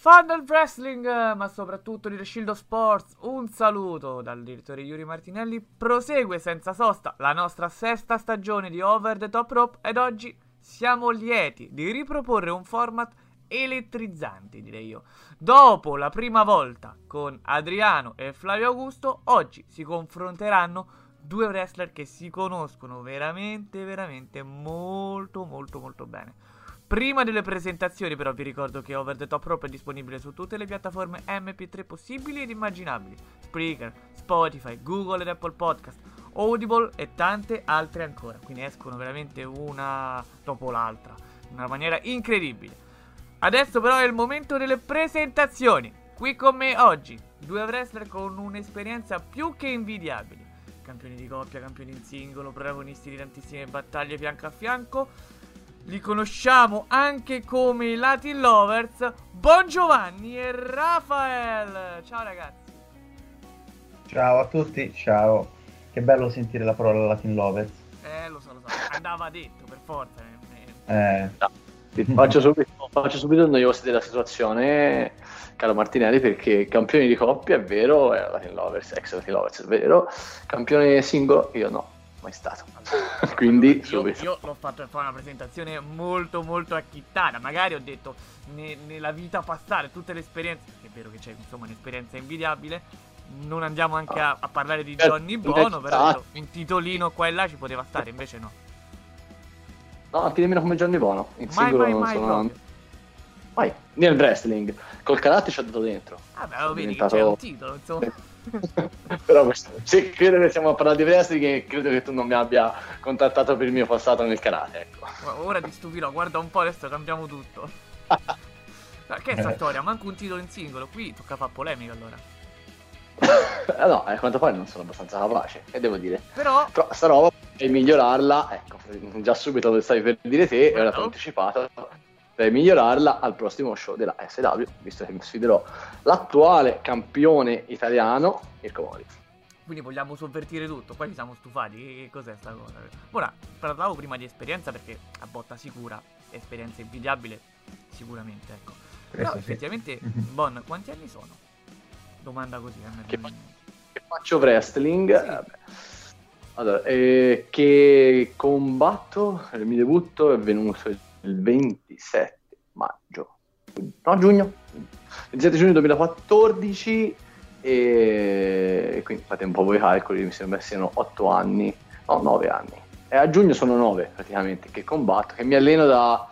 Fan del wrestling, ma soprattutto di The Shield of Sports, un saluto dal direttore Yuri Martinelli. Prosegue senza sosta la nostra sesta stagione di Over the Top Rope ed oggi siamo lieti di riproporre un format elettrizzante, direi io. Dopo la prima volta con Adriano e Flavio Augusto, oggi si confronteranno due wrestler che si conoscono veramente molto bene. Prima delle presentazioni però vi ricordo che Over the Top Rope è disponibile su tutte le piattaforme MP3 possibili ed immaginabili: Spreaker, Spotify, Google ed Apple Podcast, Audible e tante altre ancora. Quindi escono veramente una dopo l'altra, in una maniera incredibile. Adesso però è il momento delle presentazioni. Qui con me oggi due wrestler con un'esperienza più che invidiabili: campioni di coppia, campioni in singolo, protagonisti di tantissime battaglie fianco a fianco. Li conosciamo anche come i Latin Lovers, Bon Giovanni e Rafael. Ciao ragazzi. Ciao a tutti, ciao. Che bello sentire la parola Latin Lovers. Lo so, andava detto per forza. No. Faccio subito il noioso della situazione, caro Martinelli, perché campioni di coppia è vero, è Latin Lovers, ex Latin Lovers è vero, campione singolo io no, mai stato. Quindi io l'ho fatto per fare una presentazione molto acchittata. Magari ho detto nella vita passare tutte le esperienze, che è vero che c'è insomma un'esperienza invidiabile. Non andiamo anche a parlare di Johnny Bono, però un titolino qua e là ci poteva stare, invece no. No, anche nemmeno come Johnny Bono. In singolo non sono mai nel wrestling. Col karate ci ha dato dentro. Vabbè, lo vedi che c'è un titolo, insomma. Però se credo che stiamo a parlare di wrestling, e credo che tu non mi abbia contattato per il mio passato nel karate, ecco. Ora ti stupirò, guarda un po', adesso cambiamo tutto. Che è sta storia? Manco un titolo in singolo, qui tocca fare polemica allora. No, a quanto pare non sono abbastanza capace, che devo dire. Però sta roba per migliorarla, ecco, già subito lo stavi per dire te, e ora ti ho anticipato, per migliorarla al prossimo show della SW, visto che mi sfiderò l'attuale campione italiano, Mirko Mori. Quindi vogliamo sovvertire tutto, poi ci siamo stufati, che cos'è sta cosa? Ora, parlavo prima di esperienza perché a botta sicura, esperienza invidiabile, sicuramente, ecco. Però effettivamente, Bon, quanti anni sono? Domanda così che faccio wrestling, sì. Allora, che combatto, il mio debutto è venuto il 27 maggio, no, giugno, 27 giugno 2014, e quindi fate un po' voi calcoli, mi sembra siano 8 anni, no, 9 anni, e a giugno sono 9 praticamente che combatto, che mi alleno da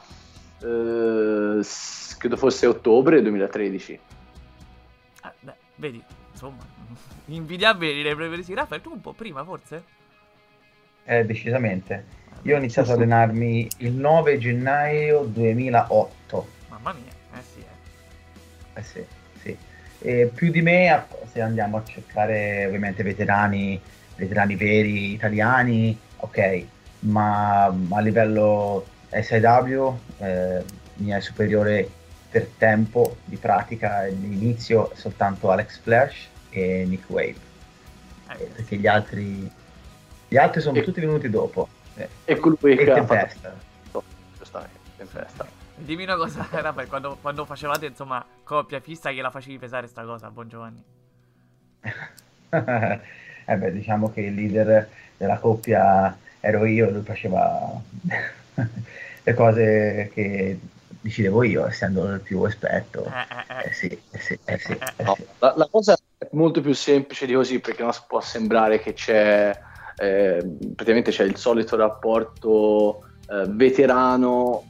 credo fosse ottobre 2013. Beh, vedi, insomma, invidiabile direi proprio sì. Raffaele, tu un po' prima forse? Decisamente. Io ho iniziato ad allenarmi il 9 gennaio 2008. Mamma mia, sì. E più di me, se andiamo a cercare ovviamente veterani veri italiani, ok, ma a livello SIW mi è superiore per tempo di pratica e di inizio soltanto Alex Flash e Nick Wave, perché gli altri sono tutti venuti dopo, e colui che Tempesta. Giustamente, Tempesta. Dimmi una cosa, Raffaele, quando facevate insomma coppia fissa, che la facevi pesare sta cosa, Buon Giovanni? Diciamo che il leader della coppia ero io, lui faceva le cose che decidevo io, essendo il più esperto. Sì. No, la cosa è molto più semplice di così, perché non può sembrare che c'è praticamente c'è il solito rapporto veterano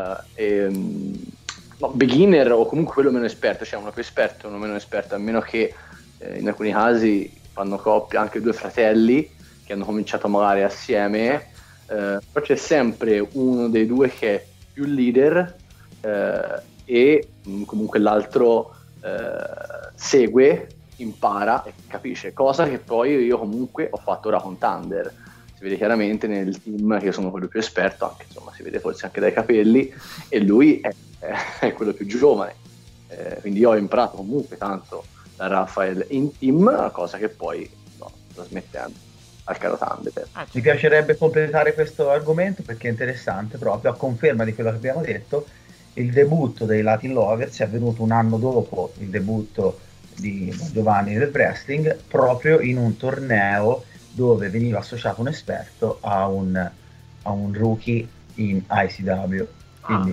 beginner, o comunque quello meno esperto, cioè uno più esperto e uno meno esperto, a meno che in alcuni casi fanno coppia anche due fratelli che hanno cominciato magari assieme, però c'è sempre uno dei due che è più leader e comunque l'altro segue, impara e capisce, cosa che poi io comunque ho fatto ora con Thunder. Si vede chiaramente nel team che io sono quello più esperto, anche insomma si vede forse anche dai capelli, e lui è quello più giovane, quindi io ho imparato comunque tanto da Rafael in team, cosa che poi sto trasmettendo al caro Thunder. Mi piacerebbe completare questo argomento perché è interessante, proprio a conferma di quello che abbiamo detto, il debutto dei Latin Lovers è avvenuto un anno dopo il debutto di Bon Giovanni del wrestling, proprio in un torneo dove veniva associato un esperto a un rookie in ICW. Ah, Quindi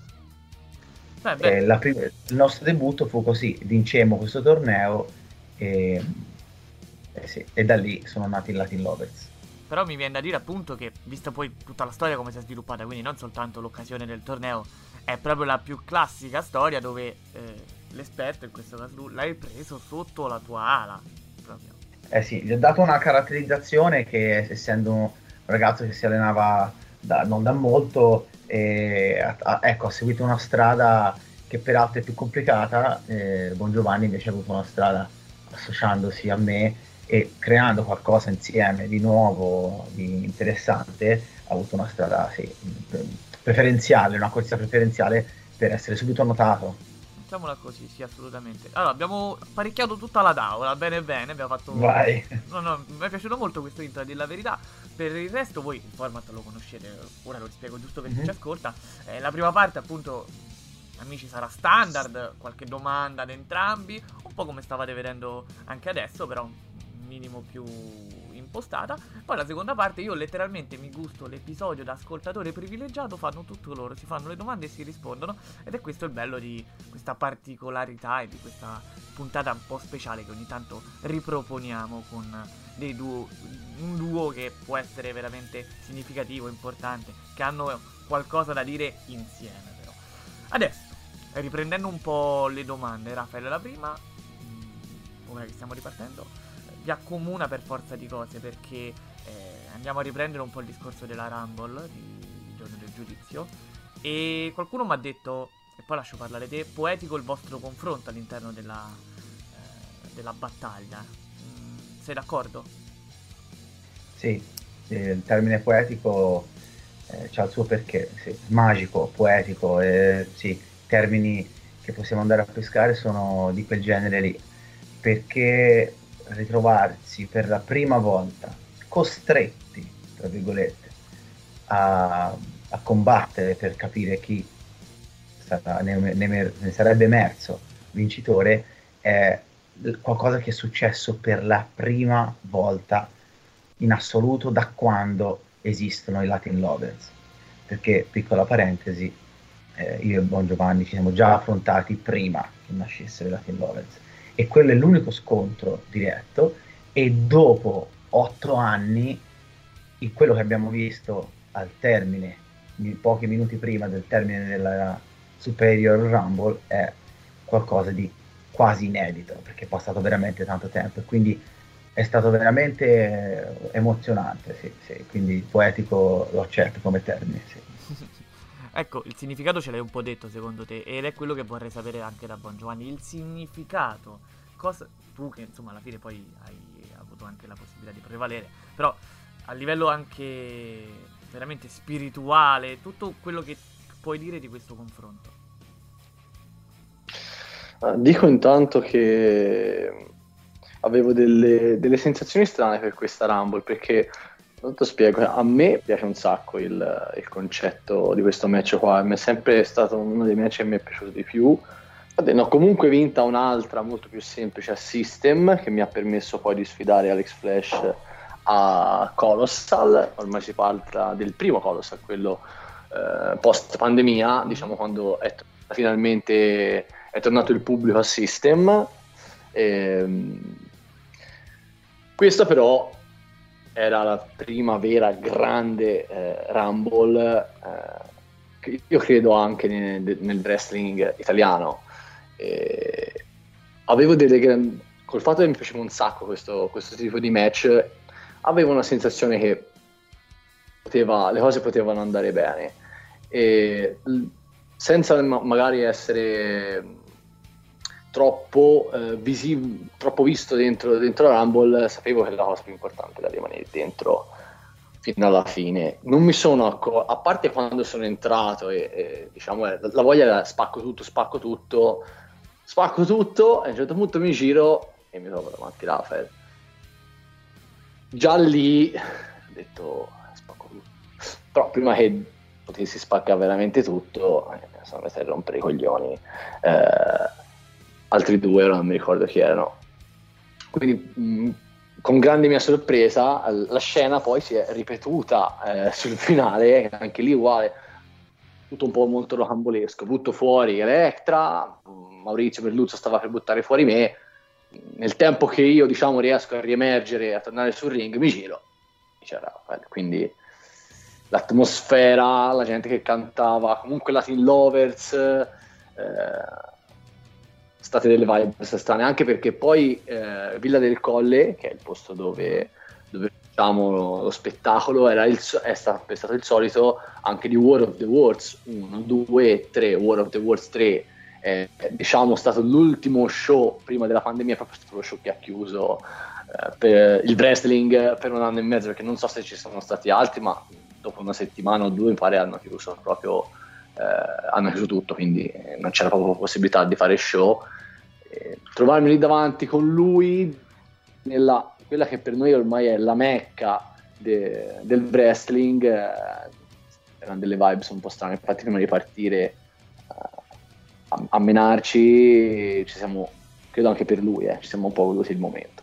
beh, il nostro debutto fu così, vincemmo questo torneo e, sì, e da lì sono nati i Latin Lovers. però mi viene da dire appunto che, vista poi tutta la storia come si è sviluppata, quindi non soltanto l'occasione del torneo, è proprio la più classica storia dove l'esperto, in questo caso tu, l'hai preso sotto la tua ala. Proprio. Eh sì, gli ho dato una caratterizzazione che, essendo un ragazzo che si allenava non da molto, ecco, ha seguito una strada che peraltro è più complicata. Bon Giovanni invece ha avuto una strada associandosi a me e creando qualcosa insieme di nuovo, di interessante, ha avuto una strada, sì, preferenziale, una corsia preferenziale per essere subito notato. Mettiamola così, sì, assolutamente. Allora, abbiamo parecchiato tutta la tavola, bene bene, abbiamo fatto... Vai. No, no, mi è piaciuto molto questo intro, a dire la verità. Per il resto voi il format lo conoscete, ora lo spiego giusto per chi ci Mhm. ascolta. La prima parte, appunto, amici, sarà standard, qualche domanda ad entrambi, un po' come stavate vedendo anche adesso, però un minimo più impostata. Poi la seconda parte io letteralmente mi gusto l'episodio da ascoltatore privilegiato, fanno tutto loro, si fanno le domande e si rispondono, ed è questo il bello di questa particolarità e di questa puntata un po' speciale che ogni tanto riproponiamo con dei duo, un duo che può essere veramente significativo, importante, che hanno qualcosa da dire insieme però. Adesso, riprendendo un po' le domande, Raffaele la prima, ora che stiamo ripartendo, vi accomuna per forza di cose perché andiamo a riprendere un po' il discorso della Rumble di giorno del giudizio e qualcuno mi ha detto, e poi lascio parlare te, poetico il vostro confronto all'interno della battaglia. Sei d'accordo? Sì, il termine poetico c'ha il suo perché, sì, magico, poetico, sì, termini che possiamo andare a pescare sono di quel genere lì, perché ritrovarsi per la prima volta costretti, tra virgolette, a combattere per capire chi ne sarebbe emerso vincitore è qualcosa che è successo per la prima volta in assoluto da quando esistono i Latin Lovers. Perché, piccola parentesi, io e Bon Giovanni ci siamo già affrontati prima che nascessero i Latin Lovers e quello è l'unico scontro diretto e dopo 8 anni quello che abbiamo visto al termine, pochi minuti prima del termine della Superior Rumble, è qualcosa di quasi inedito perché è passato veramente tanto tempo e quindi è stato veramente emozionante, sì, sì, quindi poetico lo accetto come termine, sì. Ecco, il significato ce l'hai un po' detto secondo te ed è quello che vorrei sapere anche da Bon Giovanni, il significato, cosa tu che insomma alla fine poi hai avuto anche la possibilità di prevalere, però a livello anche veramente spirituale, tutto quello che puoi dire di questo confronto. Dico intanto che avevo delle sensazioni strane per questa Rumble, perché, non ti spiego, a me piace un sacco il concetto di questo match qua, mi è sempre stato uno dei match che mi è piaciuto di più. Ne ho comunque vinta un'altra molto più semplice a System, che mi ha permesso poi di sfidare Alex Flash a Colossal. Ormai si parla del primo Colossal, quello post pandemia, diciamo, quando finalmente è tornato il pubblico a System. Questa però era la prima vera grande Rumble, che io credo anche nel wrestling italiano. Avevo col fatto che mi piaceva un sacco questo tipo di match, avevo una sensazione che le cose potevano andare bene, senza magari essere troppo troppo visto dentro la Rumble. Sapevo che la cosa più importante era rimanere dentro fino alla fine. Non mi sono a parte quando sono entrato e diciamo la voglia era spacco tutto, e a un certo punto mi giro e mi trovo davanti Rafael. Già lì ho detto spacco tutto, però prima che potessi spaccare veramente tutto, sono andati a rompere i coglioni. Altri due, ora non mi ricordo chi erano. Quindi con grande mia sorpresa la scena poi si è ripetuta sul finale, anche lì uguale, tutto un po' molto rocambolesco, butto fuori Electra, Maurizio Perluzzo stava per buttare fuori me, nel tempo che io diciamo riesco a riemergere, a tornare sul ring, mi giro, c'era Rafael. Quindi l'atmosfera, la gente che cantava, comunque Latin Lovers, state delle vibes strane, anche perché poi Villa del Colle, che è il posto dove facciamo lo spettacolo, è stato il solito anche di War of the Worlds 1, 2 e 3. War of the Worlds 3 è diciamo stato l'ultimo show prima della pandemia, proprio stato lo show che ha chiuso per il wrestling per 1 anno e mezzo, perché non so se ci sono stati altri, ma dopo 1 settimana o 2 mi pare hanno chiuso proprio, hanno chiuso tutto, quindi non c'era proprio possibilità di fare show. Trovarmi lì davanti con lui nella quella che per noi ormai è la mecca del wrestling, erano delle vibes un po' strane. Infatti prima di partire a menarci ci siamo, credo anche per lui, ci siamo un po' voluti il momento.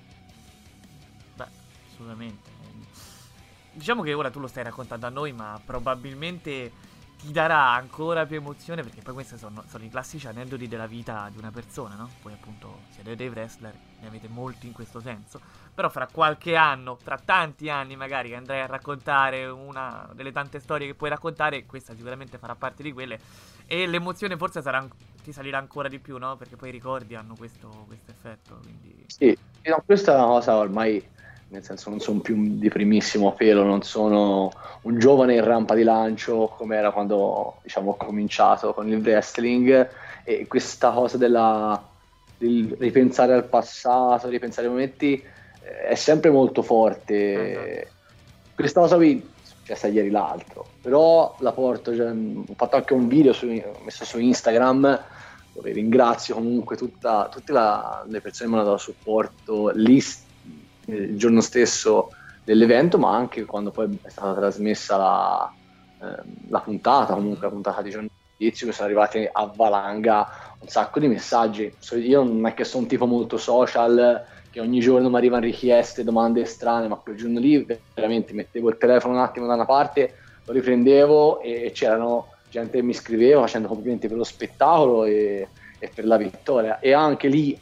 Beh, assolutamente. Diciamo che ora tu lo stai raccontando a noi, ma probabilmente ti darà ancora più emozione, perché poi questi sono i classici aneddoti della vita di una persona, no? Voi appunto siete dei wrestler, ne avete molti in questo senso, però fra qualche anno, tra tanti anni magari, che andrai a raccontare una delle tante storie che puoi raccontare, questa sicuramente farà parte di quelle, e l'emozione forse ti salirà ancora di più, no? Perché poi i ricordi hanno questo effetto, quindi... Sì, no, questa è una cosa ormai, nel senso, non sono più di primissimo pelo, non sono un giovane in rampa di lancio come era quando, diciamo, ho cominciato con il wrestling, e questa cosa del ripensare al passato, ripensare ai momenti, è sempre molto forte. Questa cosa qui è successa ieri l'altro, però la porto, ho fatto anche un video messo su Instagram, dove ringrazio comunque tutte le persone che mi hanno dato supporto lì il giorno stesso dell'evento, ma anche quando poi è stata trasmessa la puntata, comunque la puntata di giorno inizio, che sono arrivati a valanga un sacco di messaggi. Io non è che sono un tipo molto social, che ogni giorno mi arrivano richieste, domande strane, ma quel giorno lì veramente mettevo il telefono un attimo da una parte, lo riprendevo e c'erano gente che mi scriveva facendo complimenti per lo spettacolo e per la vittoria. E anche lì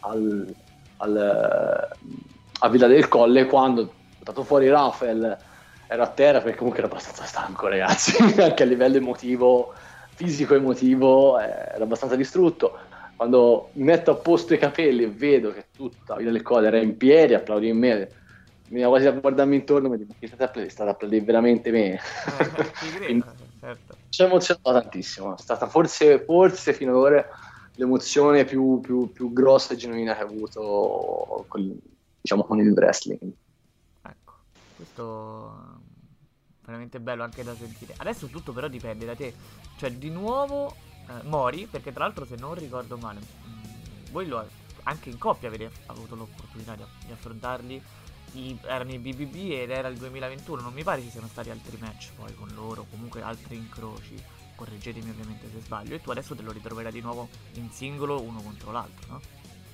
a Villa del Colle, quando ho dato fuori Rafael, ero a terra perché comunque ero abbastanza stanco, ragazzi, anche a livello emotivo, fisico emotivo, ero abbastanza distrutto. Quando mi metto a posto i capelli e vedo che tutta Villa del Colle era in piedi, applaudi in me, mi viene quasi a guardarmi intorno e mi dico: state applaudendo veramente me? Quindi, certo. ci ho emozionato tantissimo, è stata forse fino ad ora l'emozione più grossa e genuina che ho avuto con il wrestling. Ecco, questo è veramente bello anche da sentire. Adesso tutto però dipende da te. Cioè, di nuovo Mori, perché tra l'altro, se non ricordo male, voi anche in coppia avete avuto l'opportunità di affrontarli. Erano i BBB ed era il 2021. Non mi pare ci siano stati altri match poi con loro, comunque altri incroci. Correggetemi ovviamente se sbaglio. E tu adesso te lo ritroverai di nuovo in singolo, uno contro l'altro, no?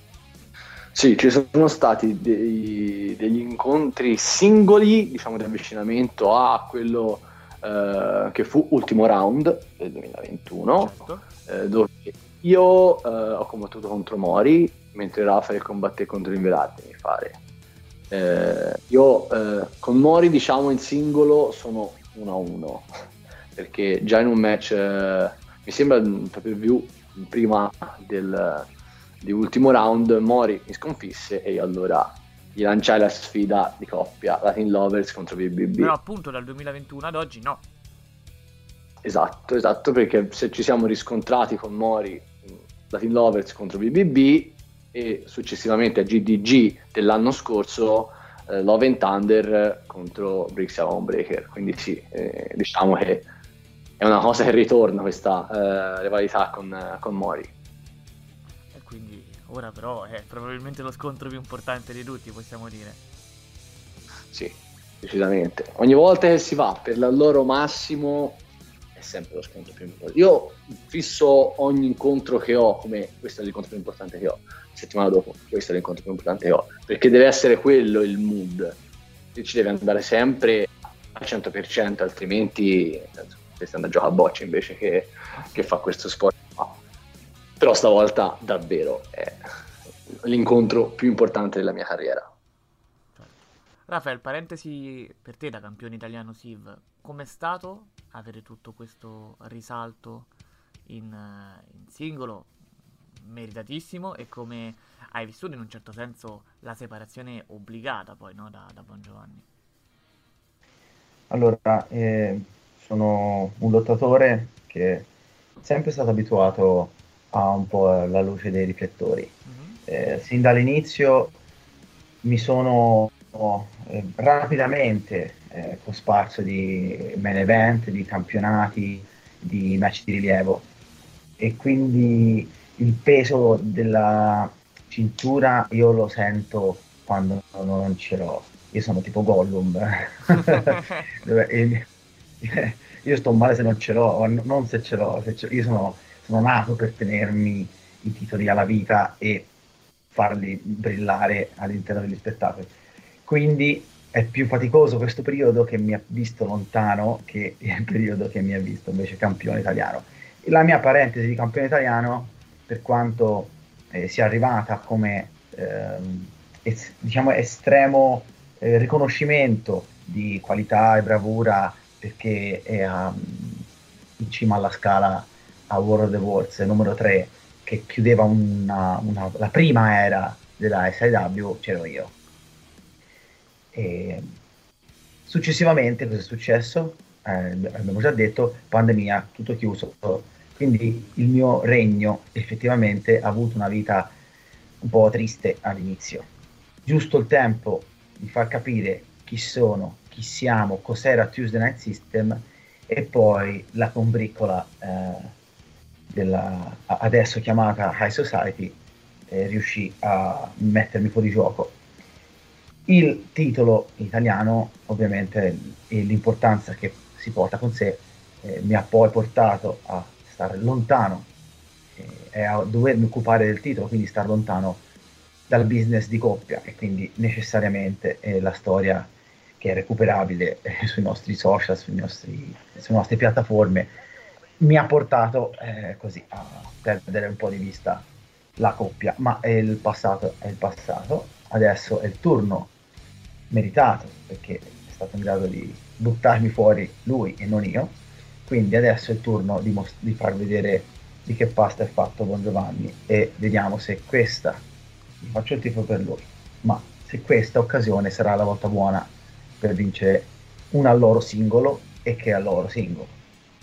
Sì, ci sono stati degli incontri singoli, diciamo, di avvicinamento a quello che fu Ultimo Round del 2021, certo. Dove io ho combattuto contro Mori, mentre Rafael combatté contro Inverate, mi pare. Io con Mori, diciamo, in singolo sono 1-1, perché già in un match, mi sembra proprio view prima di Ultimo Round, Mori mi sconfisse e io allora gli lanciai la sfida di coppia Latin Lovers contro BBB. Però appunto dal 2021 ad oggi no. Esatto, perché se ci siamo riscontrati con Mori Latin Lovers contro BBB e successivamente a GDG dell'anno scorso Love and Thunder contro Bricks e Homebreaker. Quindi sì, diciamo che è una cosa che ritorna questa rivalità con Mori. Quindi ora però è probabilmente lo scontro più importante di tutti, possiamo dire. Sì, decisamente. Ogni volta che si va per il loro massimo è sempre lo scontro più importante. Io fisso ogni incontro che ho come questo è l'incontro più importante che ho, settimana dopo questo è l'incontro più importante che ho, perché deve essere quello il mood, ci deve andare sempre al 100%, altrimenti si anda a giocare a bocce invece che fa questo sport. Però stavolta davvero è l'incontro più importante della mia carriera. Rafael, parentesi per te da campione italiano SIV, com'è stato avere tutto questo risalto in singolo? Meritatissimo, e come hai vissuto in un certo senso la separazione obbligata poi, no, da Bongiovanni? Allora, sono un lottatore che è sempre stato abituato a un po' la luce dei riflettori. Mhm. Sin dall'inizio mi sono rapidamente cosparso di main event, di campionati, di match di rilievo, e quindi il peso della cintura io lo sento quando non ce l'ho. Io sono tipo Gollum. Dove- io sto male se non ce l'ho, o non se ce l'ho. Io sono nato per tenermi i titoli alla vita e farli brillare all'interno degli spettacoli. Quindi è più faticoso questo periodo che mi ha visto lontano che il periodo che mi ha visto invece campione italiano. La mia parentesi di campione italiano, per quanto sia arrivata come diciamo estremo riconoscimento di qualità e bravura, perché è in cima alla scala a World of the Worlds numero 3, che chiudeva la prima era della SIW, c'ero io. E successivamente cosa è successo? Abbiamo già detto, pandemia, tutto chiuso, quindi il mio regno effettivamente ha avuto una vita un po' triste all'inizio. Giusto il tempo di far capire chi sono, chi siamo, cos'era Tuesday Night System, e poi la combriccola adesso chiamata High Society riuscì a mettermi fuori gioco. Il titolo italiano, ovviamente, e l'importanza che si porta con sé, mi ha poi portato a stare lontano e a dovermi occupare del titolo, quindi stare lontano dal business di coppia, e quindi necessariamente la storia che è recuperabile sui nostri social, sulle nostre piattaforme, mi ha portato così a perdere un po' di vista la coppia, ma il passato è il passato, adesso è il turno meritato, perché è stato in grado di buttarmi fuori lui e non io, quindi adesso è il turno di far vedere di che pasta è fatto Bongiovanni, e vediamo se questa, faccio il tifo per lui, ma se questa occasione sarà la volta buona per vincere un alloro singolo, e che alloro singolo.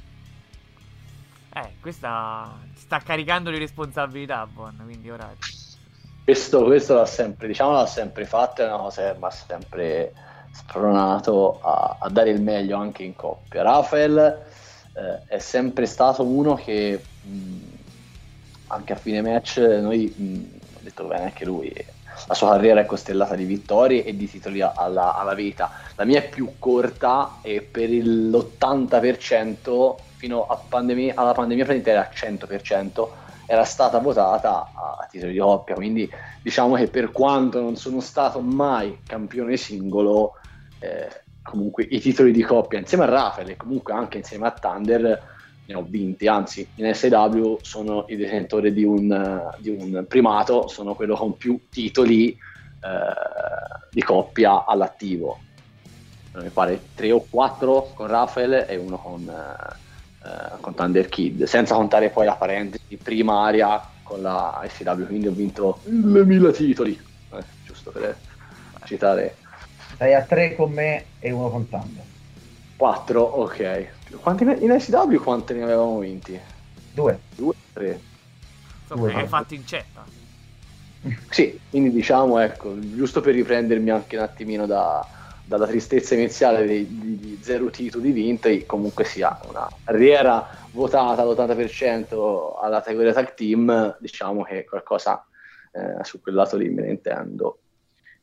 Questa sta caricando di responsabilità, Bon, quindi ora... Questo l'ha sempre, diciamo, l'ha sempre fatto, è una cosa che mi ha sempre spronato a dare il meglio anche in coppia. Rafael è sempre stato uno che anche a fine match noi, ha detto bene anche lui, la sua carriera è costellata di vittorie e di titoli alla vita. La mia è più corta e per l'80% fino alla pandemia praticamente era al 100%, era stata votata a titolo di coppia, quindi diciamo che per quanto non sono stato mai campione singolo, comunque i titoli di coppia insieme a Rafael e comunque anche insieme a Thunder ne ho vinti, anzi in SW sono il detentore di un primato, sono quello con più titoli di coppia all'attivo, mi pare 3 o 4 con Rafael e uno con Thunder Kid, senza contare poi la parentesi primaria con la SW, quindi ho vinto 1000 titoli, giusto per citare. Sei a 3 con me e uno con Thunder. 4, ok. In SW quanti ne avevamo vinti? 2. 2, 3. Insomma, hai fatto incetta. Sì, quindi diciamo, ecco, giusto per riprendermi anche un attimino dalla tristezza iniziale di 0 titoli vinti, comunque sia una carriera votata all'80% alla categoria tag team, diciamo che qualcosa su quel lato lì me ne intendo.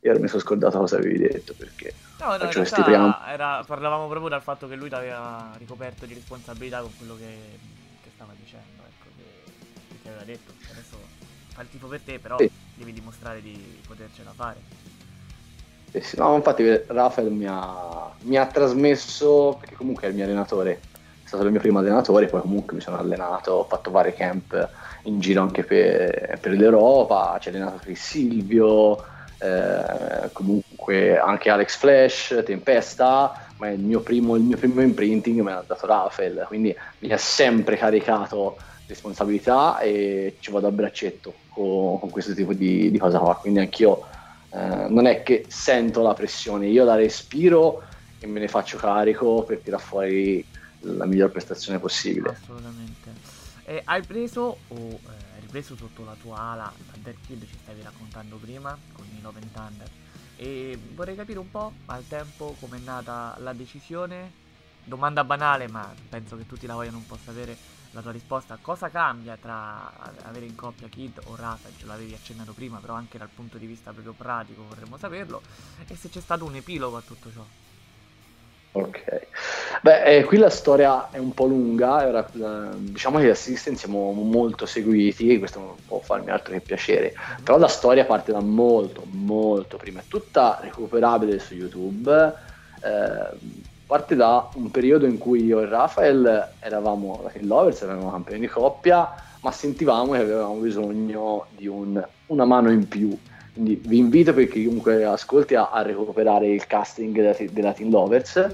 io mi sono scordato cosa avevi detto, perché No, no, in faccio questi preamboli. realtà parlavamo proprio dal fatto che lui ti aveva ricoperto di responsabilità con quello che stava dicendo, ecco, che ti aveva detto. Adesso fa il tifo per te, però Sì, devi dimostrare di potercela fare. sì, sì. No, infatti Rafael mi ha trasmesso, perché comunque è il mio allenatore, è stato il mio primo allenatore, poi comunque mi sono allenato, ho fatto vari camp in giro anche per l'Europa, ci ha allenato Chris Silvio, comunque anche Alex Flash, Tempesta, ma il mio primo imprinting me l'ha dato Rafael, quindi mi ha sempre caricato responsabilità e ci vado a braccetto con questo tipo di cosa qua, quindi anch'io non è che sento la pressione, io la respiro e me ne faccio carico per tirare fuori la miglior prestazione possibile. Assolutamente. E hai preso o hai ripreso sotto la tua ala Thunder Kid, ci stavi raccontando prima, con i Love and Thunder. E vorrei capire un po' al tempo com'è nata la decisione. Domanda banale, ma penso che tutti la vogliano un po' sapere la tua risposta. Cosa cambia tra avere in coppia Kid o Rafa? Ce l'avevi accennato prima, però anche dal punto di vista proprio pratico vorremmo saperlo. E se c'è stato un epilogo a tutto ciò. Ok, beh, qui la storia è un po' lunga, diciamo che gli assistant siamo molto seguiti, questo non può farmi altro che piacere, però la storia parte da molto, molto prima, è tutta recuperabile su YouTube, parte da un periodo in cui io e Rafael eravamo Latin Lovers, eravamo campioni di coppia, ma sentivamo che avevamo bisogno di una mano in più. Quindi vi invito, per chiunque ascolti, a recuperare il casting della Teen Lovers.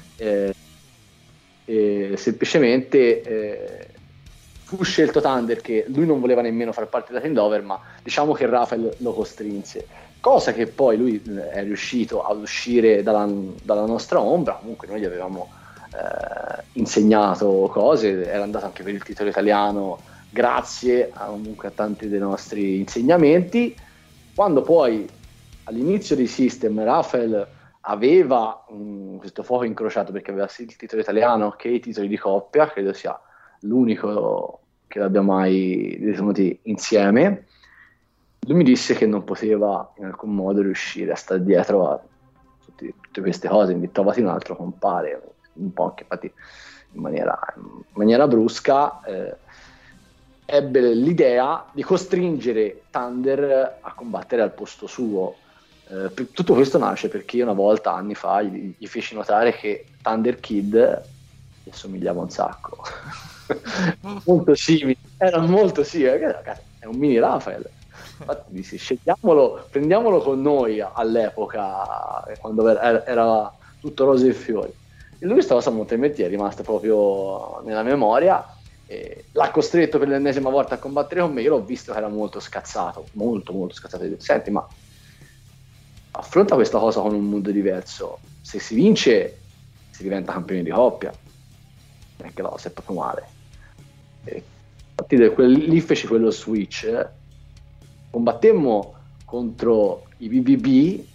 E semplicemente fu scelto Thunder, che lui non voleva nemmeno far parte della Teen Lover, ma diciamo che Rafael lo costrinse. Cosa che poi lui è riuscito ad uscire dalla nostra ombra. Comunque noi gli avevamo insegnato cose, era andato anche per il titolo italiano grazie comunque a tanti dei nostri insegnamenti. Quando poi all'inizio di System Rafael aveva questo fuoco incrociato, perché aveva sia il titolo italiano che i titoli di coppia, credo sia l'unico che abbia mai detenuti insieme, lui mi disse che non poteva in alcun modo riuscire a stare dietro a tutte queste cose, quindi trovati un altro compare, un po' anche infatti in maniera brusca, ebbe l'idea di costringere Thunder a combattere al posto suo. Tutto questo nasce perché io una volta, anni fa, gli feci notare che Thunder Kid gli assomigliava un sacco. Molto simile, era molto simile, è un mini Rafael. Infatti dissi, scegliamolo, prendiamolo con noi all'epoca, quando era tutto rose e fiori. E lui questa cosa molto è rimasta proprio nella memoria. L'ha costretto per l'ennesima volta a combattere con me. Io l'ho visto che era molto scazzato, molto molto scazzato. Senti, ma affronta questa cosa con un mood diverso. Se si vince si diventa campioni di coppia, non è che no, se è proprio male. Infatti lì feci quello switch, combattemmo contro i BBB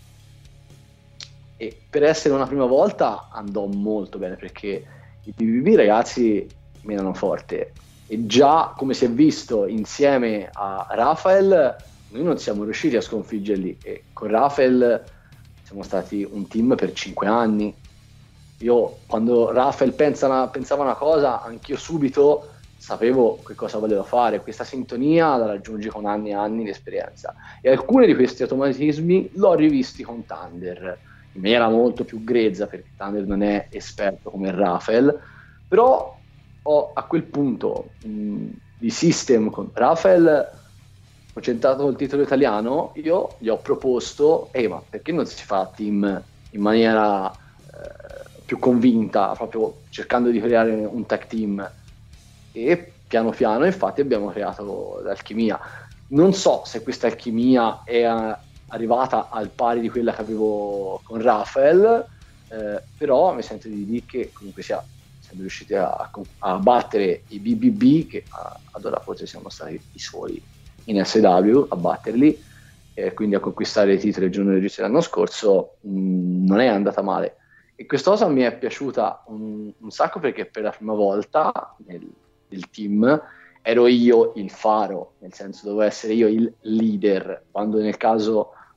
e per essere una prima volta andò molto bene, perché i BBB ragazzi menano forte e già, come si è visto insieme a Rafael, noi non siamo riusciti a sconfiggerli, e con Rafael siamo stati un team per 5 anni. Io quando Rafael pensava una cosa, anch'io subito sapevo che cosa voleva fare. Questa sintonia la raggiungi con anni e anni di esperienza, e alcuni di questi automatismi l'ho rivisti con Thunder in maniera molto più grezza, perché Thunder non è esperto come Rafael, però a quel punto di System con Rafael concentrato col titolo italiano, io gli ho proposto ma perché non si fa team in maniera più convinta, proprio cercando di creare un tag team, e piano piano infatti abbiamo creato l'alchimia. Non so se questa alchimia è arrivata al pari di quella che avevo con Rafael, però mi sento di dire che comunque siamo riusciti a battere i BBB, che ad ora forse siamo stati i soli in SW a batterli, quindi a conquistare i titoli del giorno registro l'anno scorso. Non è andata male, e questa cosa mi è piaciuta un sacco, perché per la prima volta nel team ero io il faro, nel senso dovevo essere io il leader, quando nel caso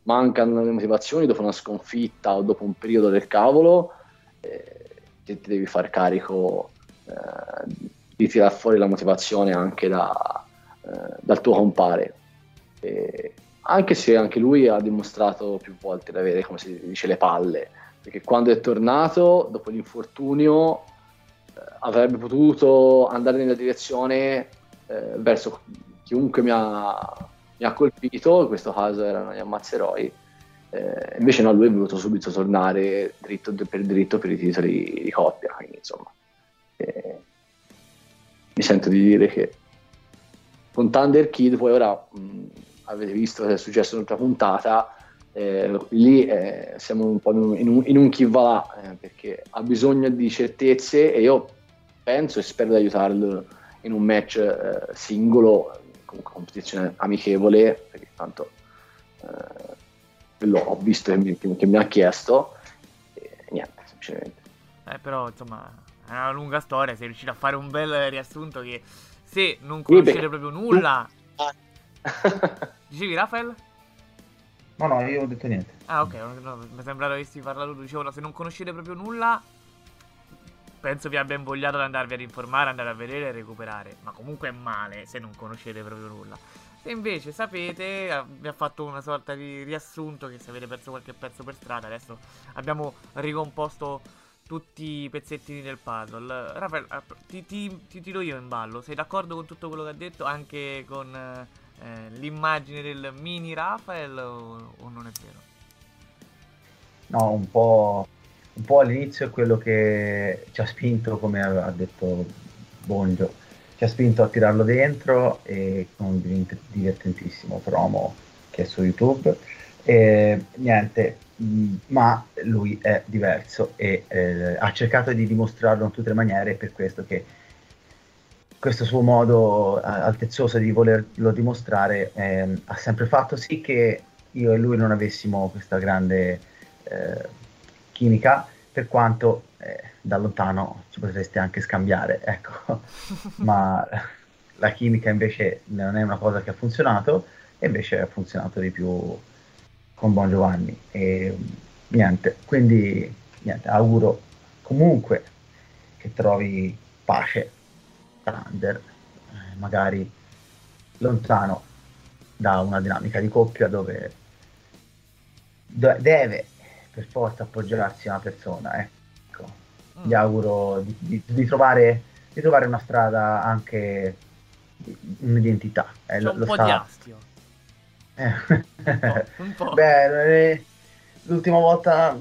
mancano le motivazioni dopo una sconfitta o dopo un periodo del cavolo, ti devi far carico di tirar fuori la motivazione anche dal tuo compare. Anche se anche lui ha dimostrato più volte di avere, come si dice, le palle, perché quando è tornato dopo l'infortunio avrebbe potuto andare nella direzione verso chiunque mi ha colpito, in questo caso erano gli ammazzeroi, invece no, lui è voluto subito tornare dritto per i titoli di coppia, quindi insomma mi sento di dire che con Thunder Kid poi ora avete visto cosa è successo nell'ultima puntata, lì siamo un po' in un chi va là, perché ha bisogno di certezze e io penso e spero di aiutarlo in un match singolo, comunque competizione amichevole, perché tanto quello ho visto che mi ha chiesto e niente, semplicemente. Però insomma è una lunga storia, sei riuscito a fare un bel riassunto che se non conoscete proprio nulla... Dicevi, Rafael? No, io non ho detto niente. Ah, ok, no, mi sembrava avessi parlato tu. Dicevo, no, se non conoscete proprio nulla, penso vi abbia invogliato ad andarvi ad informare, andare a vedere e recuperare. Ma comunque è male se non conoscete proprio nulla. Se invece sapete, vi ha fatto una sorta di riassunto, che se avete perso qualche pezzo per strada, adesso abbiamo ricomposto tutti i pezzettini del puzzle. Rafael, ti tiro io in ballo. Sei d'accordo con tutto quello che ha detto? Anche con l'immagine del mini Rafael o non è vero? No, un po' all'inizio è quello che ci ha spinto, come ha detto Bongio, ci ha spinto a tirarlo dentro, e con un divertentissimo promo che è su YouTube. E niente, ma lui è diverso e ha cercato di dimostrarlo in tutte le maniere, per questo che questo suo modo altezzoso di volerlo dimostrare ha sempre fatto sì che io e lui non avessimo questa grande chimica, per quanto da lontano ci potreste anche scambiare, ecco. Ma la chimica invece non è una cosa che ha funzionato, e invece ha funzionato di più con Bon Giovanni, e niente, quindi niente, auguro comunque che trovi pace Thunder, magari lontano da una dinamica di coppia dove deve per forza appoggiarsi a una persona, ecco. Gli auguro di trovare una strada, anche un'identità. C'è un po' di astio. Un po'. Beh, l'ultima volta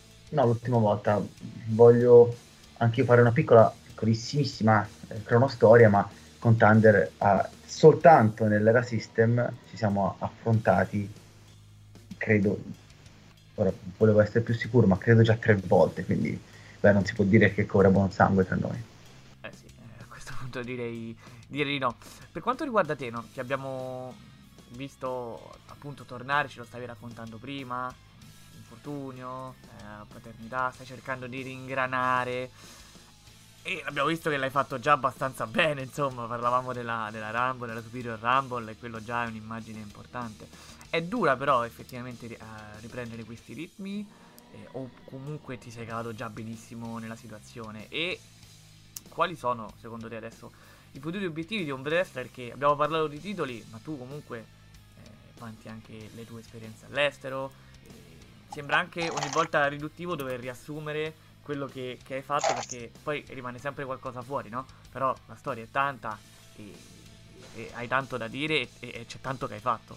voglio anche io fare una piccolissimissima cronostoria, ma con Thunder soltanto nell'era System ci siamo affrontati, credo, ora volevo essere più sicuro, ma credo già 3 volte, quindi non si può dire che corra buon sangue tra noi. Sì, a questo punto direi di no. Per quanto riguarda te, no? Ti abbiamo visto appunto tornare, ce lo stavi raccontando prima, infortunio, paternità, stai cercando di ringranare e abbiamo visto che l'hai fatto già abbastanza bene, insomma, parlavamo della Rumble, della Superior Rumble, e quello già è un'immagine importante. È dura però effettivamente riprendere questi ritmi, o comunque ti sei cavato già benissimo nella situazione? E quali sono secondo te adesso i futuri obiettivi di un wrestler che abbiamo parlato di titoli, ma tu comunque vanti anche le tue esperienze all'estero, sembra anche ogni volta riduttivo dover riassumere quello che hai fatto, perché poi rimane sempre qualcosa fuori, no? Però la storia è tanta e hai tanto da dire e c'è tanto che hai fatto.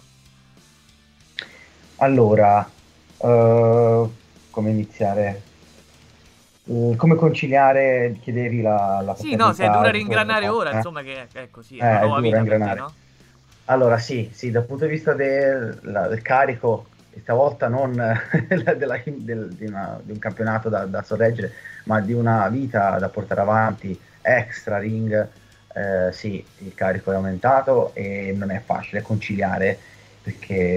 Allora, come iniziare? Come conciliare, chiedevi la Sì, no, se è dura ringranare ora, eh? insomma, che è così, è una nuova È dura vita per te, ingranare. no? Allora, sì, dal punto di vista del carico, stavolta non di un campionato da sorreggere, ma di una vita da portare avanti, extra ring, sì, il carico è aumentato e non è facile conciliare, perché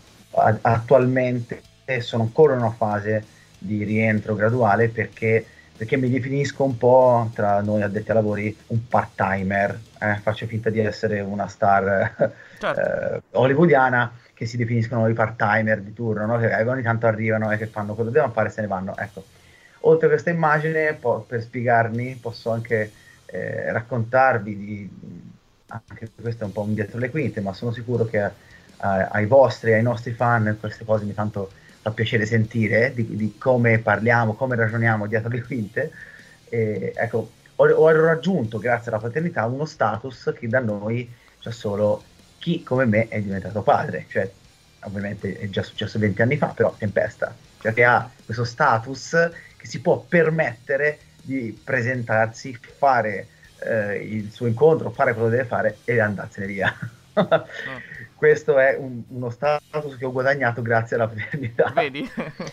attualmente sono ancora in una fase di rientro graduale, perché perché mi definisco un po', tra noi addetti ai lavori, un part-timer, faccio finta di essere una star hollywoodiana, che si definiscono i part-timer di turno, no? Che ogni tanto arrivano e che fanno quello che devono fare e se ne vanno. Ecco, oltre a questa immagine, per spiegarmi, posso anche raccontarvi anche questo è un po' un dietro le quinte, ma sono sicuro che ai nostri fan queste cose mi tanto fa piacere sentire di come parliamo, come ragioniamo dietro le quinte. Ecco, ho raggiunto, grazie alla paternità, uno status che da noi c'è solo chi come me è diventato padre, cioè ovviamente è già successo 20 anni fa, però tempesta, cioè che ha questo status che si può permettere di presentarsi, fare il suo incontro, fare quello che deve fare e andarsene via. Questo è uno status che ho guadagnato grazie alla paternità. Vedi?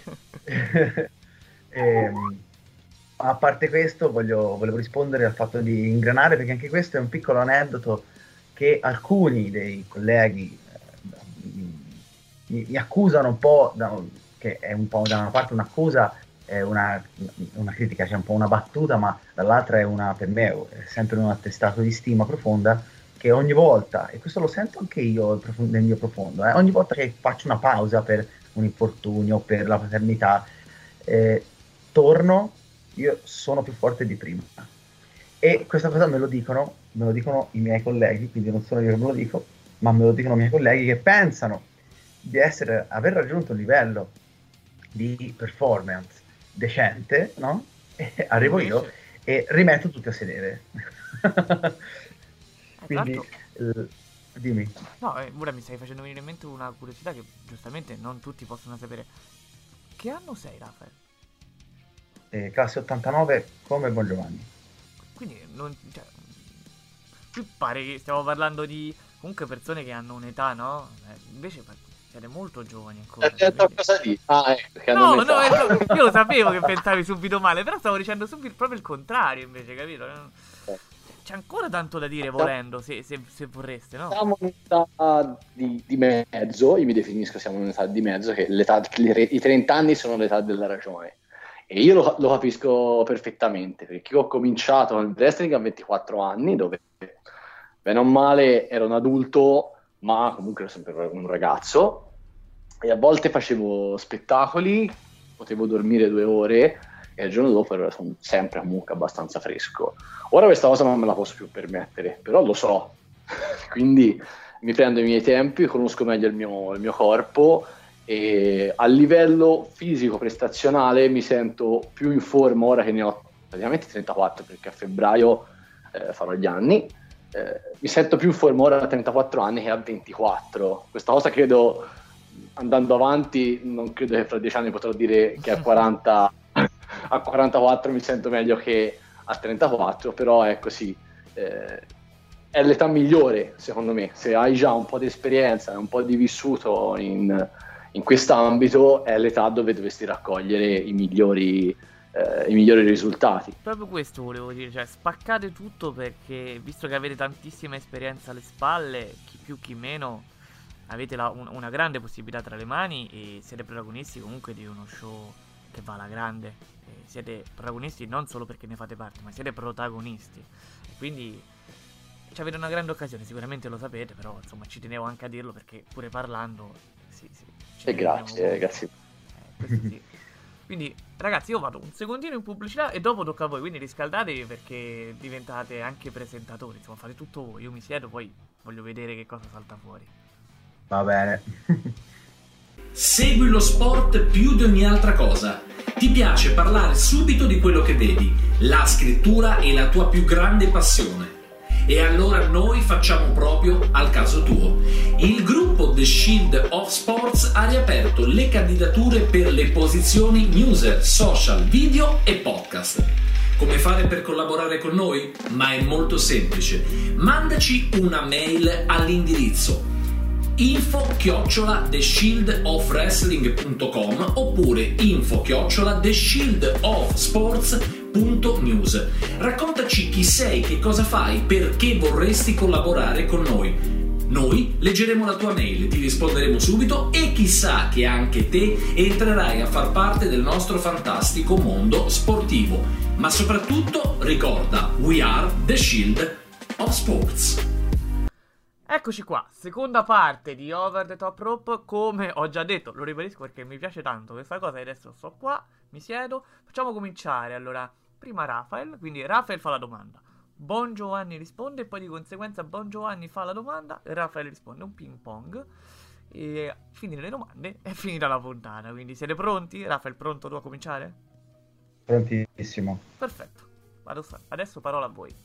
A parte questo volevo rispondere al fatto di ingranare, perché anche questo è un piccolo aneddoto che alcuni dei colleghi mi accusano un po', che è un po' da una parte un'accusa, è una critica, c'è un po' una battuta, ma dall'altra è per me è sempre un attestato di stima profonda, che ogni volta, e questo lo sento anche io nel mio profondo, ogni volta che faccio una pausa per un infortunio, per la paternità, torno, io sono più forte di prima. E questa cosa me lo dicono i miei colleghi, quindi non sono io che me lo dico, ma me lo dicono i miei colleghi che pensano di aver raggiunto un livello di performance decente, no? E arrivo io e rimetto tutti a sedere. Quindi dimmi. No, ora mi stai facendo venire in mente una curiosità che giustamente non tutti possono sapere. Che anno sei, Raffaele? Classe 89 come Bon Giovanni. Quindi qui pare che stiamo parlando di comunque persone che hanno un'età, no? Invece siete molto giovani ancora. Cosa di? Che no, io lo sapevo che pensavi subito male, però stavo dicendo subito proprio il contrario invece, capito? C'è ancora tanto da dire volendo, se vorreste, no? Siamo in un'età di mezzo, io mi definisco siamo in un'età di mezzo, che i 30 anni sono l'età della ragione. E io lo capisco perfettamente, perché io ho cominciato nel wrestling a 24 anni, dove bene o male ero un adulto, ma comunque ero sempre un ragazzo, e a volte facevo spettacoli, potevo dormire 2 ore, e il giorno dopo ero sempre comunque abbastanza fresco. Ora questa cosa non me la posso più permettere, però lo so, quindi mi prendo i miei tempi, conosco meglio il mio corpo, e a livello fisico prestazionale mi sento più in forma ora che ne ho praticamente 34, perché a febbraio farò gli anni. Mi sento più in forma ora a 34 anni che a 24. Questa cosa credo, andando avanti, non credo che fra 10 anni potrò dire che a 40 a 44 mi sento meglio che a 34, però è così. È l'età migliore secondo me, se hai già un po' di esperienza e un po' di vissuto in quest'ambito, è l'età dove dovresti raccogliere i migliori risultati. Proprio questo volevo dire, cioè spaccate tutto, perché visto che avete tantissima esperienza alle spalle, chi più chi meno, avete una grande possibilità tra le mani e siete protagonisti comunque di uno show che va alla grande. Siete protagonisti non solo perché ne fate parte, ma siete protagonisti, quindi avete una grande occasione, sicuramente lo sapete, però insomma ci tenevo anche a dirlo, perché pure parlando grazie. Questo sì. Quindi ragazzi, io vado un secondino in pubblicità e dopo tocca a voi, quindi riscaldatevi, perché diventate anche presentatori, insomma fate tutto voi, io mi siedo, poi voglio vedere che cosa salta fuori. Va bene. Segui lo sport più di ogni altra cosa. Ti piace parlare subito di quello che vedi, la scrittura è la tua più grande passione. E allora noi facciamo proprio al caso tuo. Il gruppo The Shield of Sports ha riaperto le candidature per le posizioni newser, social, video e podcast. Come fare per collaborare con noi? Ma è molto semplice. Mandaci una mail all'indirizzo info@theshieldofwrestling.com oppure info@theshieldofsports.news. Raccontaci chi sei, che cosa fai, perché vorresti collaborare con noi. Noi leggeremo la tua mail, ti risponderemo subito e chissà che anche te entrerai a far parte del nostro fantastico mondo sportivo. Ma soprattutto ricorda, we are the shield of sports. Eccoci qua, seconda parte di Over the Top Rope. Come ho già detto, lo ribadisco perché mi piace tanto questa cosa e adesso sto qua, mi siedo. Facciamo cominciare, allora, prima Rafael, quindi Rafael fa la domanda. Bon Giovanni risponde e poi di conseguenza Bon Giovanni fa la domanda e Rafael risponde, un ping pong, e finire le domande è finita la puntata. Quindi siete pronti? Rafael, pronto tu a cominciare? Prontissimo. Perfetto, adesso parola a voi.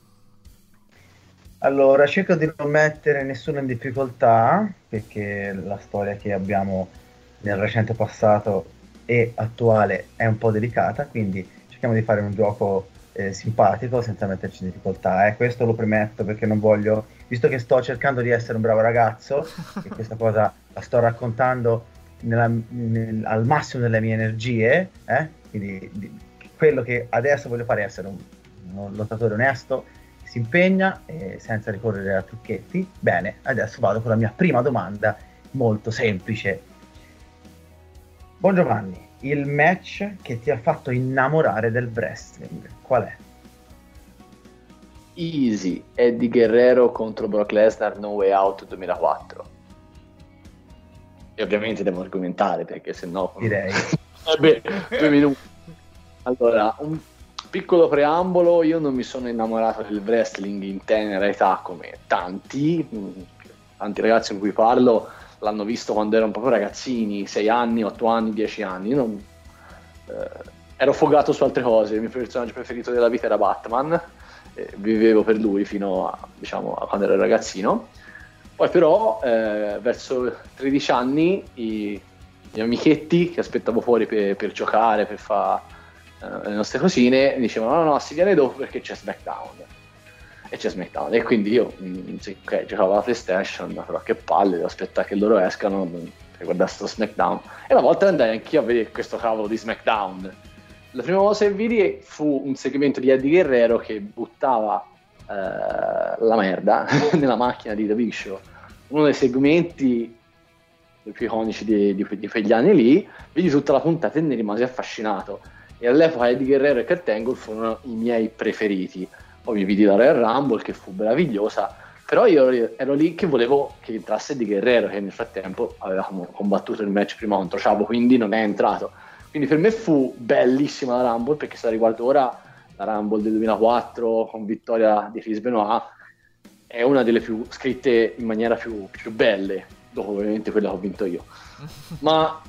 Allora, cerco di non mettere nessuno in difficoltà perché la storia che abbiamo nel recente passato e attuale è un po' delicata, quindi cerchiamo di fare un gioco simpatico senza metterci in difficoltà. Questo lo premetto perché non voglio, visto che sto cercando di essere un bravo ragazzo e questa cosa la sto raccontando al massimo delle mie energie, quindi quello che adesso voglio fare è essere un lottatore onesto, si impegna senza ricorrere a trucchetti. Bene, adesso vado con la mia prima domanda molto semplice. Buon Giovanni, il match che ti ha fatto innamorare del wrestling, qual è? Easy, Eddie Guerrero contro Brock Lesnar, No Way Out 2004. E ovviamente devo argomentare perché sennò... Direi. 2 minuti. Allora, un piccolo preambolo: io non mi sono innamorato del wrestling in tenera età come tanti ragazzi con cui parlo l'hanno visto quando erano proprio ragazzini, 6 anni, 8 anni, 10 anni. Io ero fogato su altre cose. Il mio personaggio preferito della vita era Batman, vivevo per lui fino a quando ero ragazzino. Poi però verso 13 anni i miei amichetti che aspettavo fuori per giocare, per fare le nostre cosine, dicevano no, si viene dopo perché c'è SmackDown. E c'è SmackDown, e quindi io giocavo alla PlayStation, però che palle, devo aspettare che loro escano per guardare sto SmackDown. E una volta andai anch'io a vedere questo cavolo di SmackDown. La prima cosa che vidi fu un segmento di Eddie Guerrero che buttava la merda nella macchina di The Big Show. Uno dei segmenti più iconici di quegli anni lì. Vidi tutta la puntata e ne rimasi affascinato. E all'epoca Eddie Guerrero e Kurt Angle furono i miei preferiti. Poi mi vidi la Royal Rumble che fu meravigliosa, però io ero lì che volevo che entrasse Eddie Guerrero, che nel frattempo aveva combattuto il match prima contro Ciampa, quindi non è entrato. Quindi per me fu bellissima la Rumble, perché se la riguardo ora, la Rumble del 2004 con vittoria di Chris Benoit è una delle più scritte in maniera più belle, dopo ovviamente quella che ho vinto io. Ma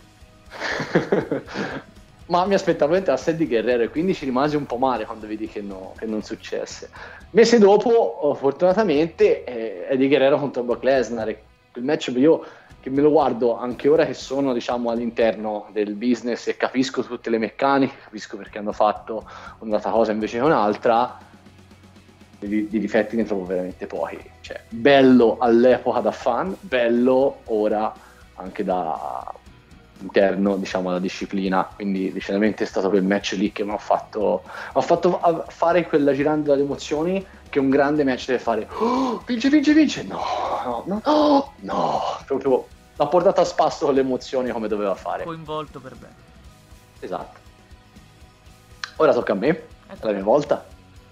mi aspettavo entrasse Eddie Guerrero e quindi ci rimasi un po' male quando vidi che non successe. Mese dopo, fortunatamente, Eddie Guerrero contro Brock Lesnar, quel match io che me lo guardo anche ora che sono all'interno del business e capisco tutte le meccaniche, capisco perché hanno fatto un'altra cosa invece che un'altra, di difetti ne trovo veramente pochi. Cioè, bello all'epoca da fan, bello ora anche da interno alla disciplina, quindi decisamente è stato quel match lì che mi ha fatto fare quella girando dalle emozioni che un grande match deve fare. Vince, no, proprio l'ha portato a spasso con le emozioni come doveva fare, coinvolto per bene. Esatto. Ora tocca a me, è la mia volta.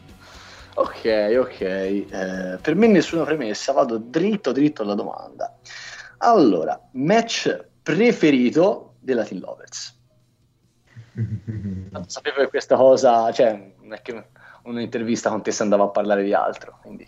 Ok, per me nessuna premessa, vado dritto alla domanda. Allora, match preferito dei Latin Lovers. Sapevo che questa cosa, cioè, non è che un'intervista con te si andava a parlare di altro, quindi.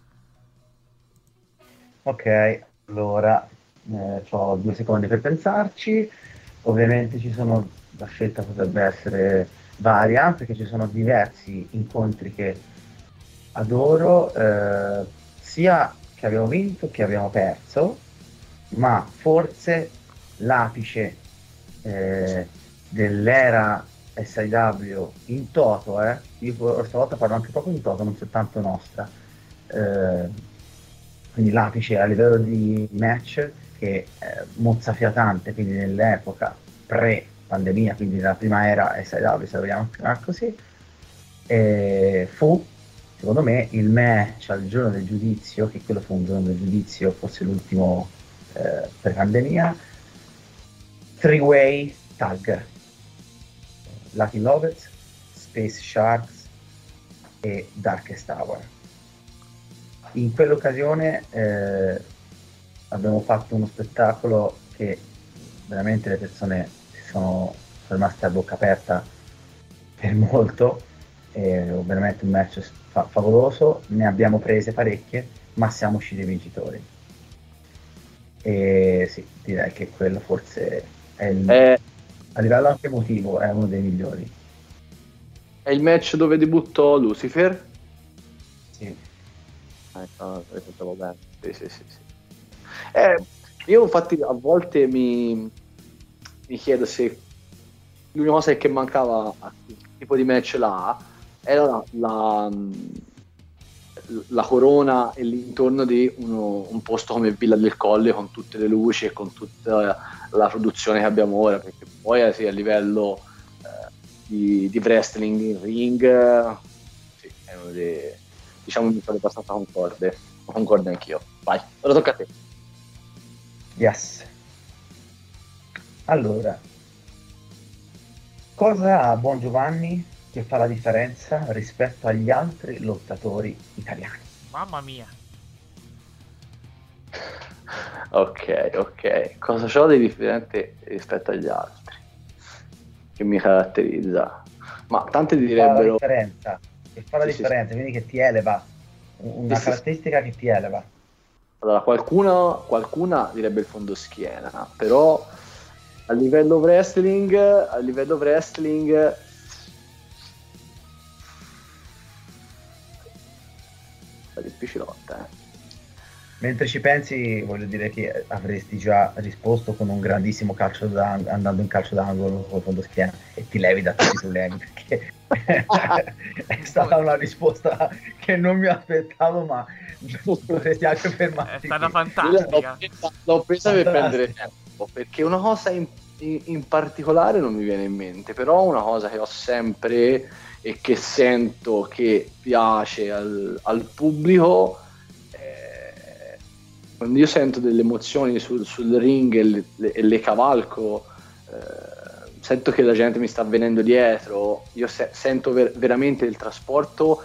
Ok, allora ho 2 secondi per pensarci. Ovviamente la scelta potrebbe essere varia, perché ci sono diversi incontri che adoro, sia che abbiamo vinto che abbiamo perso, ma forse l'apice dell'era SIW in toto, io stavolta parlo anche proprio in toto, non soltanto nostra, quindi l'apice a livello di match che mozzafiatante, quindi nell'epoca pre-pandemia, quindi nella prima era SIW, se la vogliamo chiamare così, fu secondo me il match al giorno del giudizio, che quello fu un giorno del giudizio, forse l'ultimo pre-pandemia, three-way tag, Latin Lovers, Space Sharks e Darkest Hour. In quell'occasione abbiamo fatto uno spettacolo che veramente le persone sono rimaste a bocca aperta per molto, veramente un match favoloso, ne abbiamo prese parecchie, ma siamo usciti vincitori. E sì, direi che quello forse è a livello anche emotivo è uno dei migliori. È il match dove debuttò Lucifer? Sì. Sì. Io infatti a volte mi chiedo se l'unica cosa che mancava a quel tipo di match là era la corona e l'intorno di un posto come Villa del Colle, con tutte le luci e con tutta la produzione che abbiamo ora, perché poi sì, a livello di wrestling in ring sì, è uno dei, diciamo, mi sono abbastanza concorde anch'io. Vai, ora tocca a te. Yes. Allora, cosa ha Buon Giovanni che fa la differenza rispetto agli altri lottatori italiani? Mamma mia. Ok. Cosa c'ho di differente rispetto agli altri che mi caratterizza? Ma tante direbbero... Che fa la differenza, quindi che ti eleva, una caratteristica che ti eleva. Allora, qualcuna direbbe il fondoschiena, però a livello wrestling è difficilotta, Mentre ci pensi, voglio dire che avresti già risposto con un grandissimo calcio andando in calcio d'angolo col fondoschiena e ti levi da tutti i problemi, perché è stata una risposta che non mi aspettavo, ma dovresti anche fermarti. È stata qui. fantastica. L'ho presa per prendere tempo, perché una cosa in particolare non mi viene in mente, però una cosa che ho sempre e che sento che piace al pubblico, quando io sento delle emozioni sul ring e le cavalco, sento che la gente mi sta venendo dietro, io sento veramente il trasporto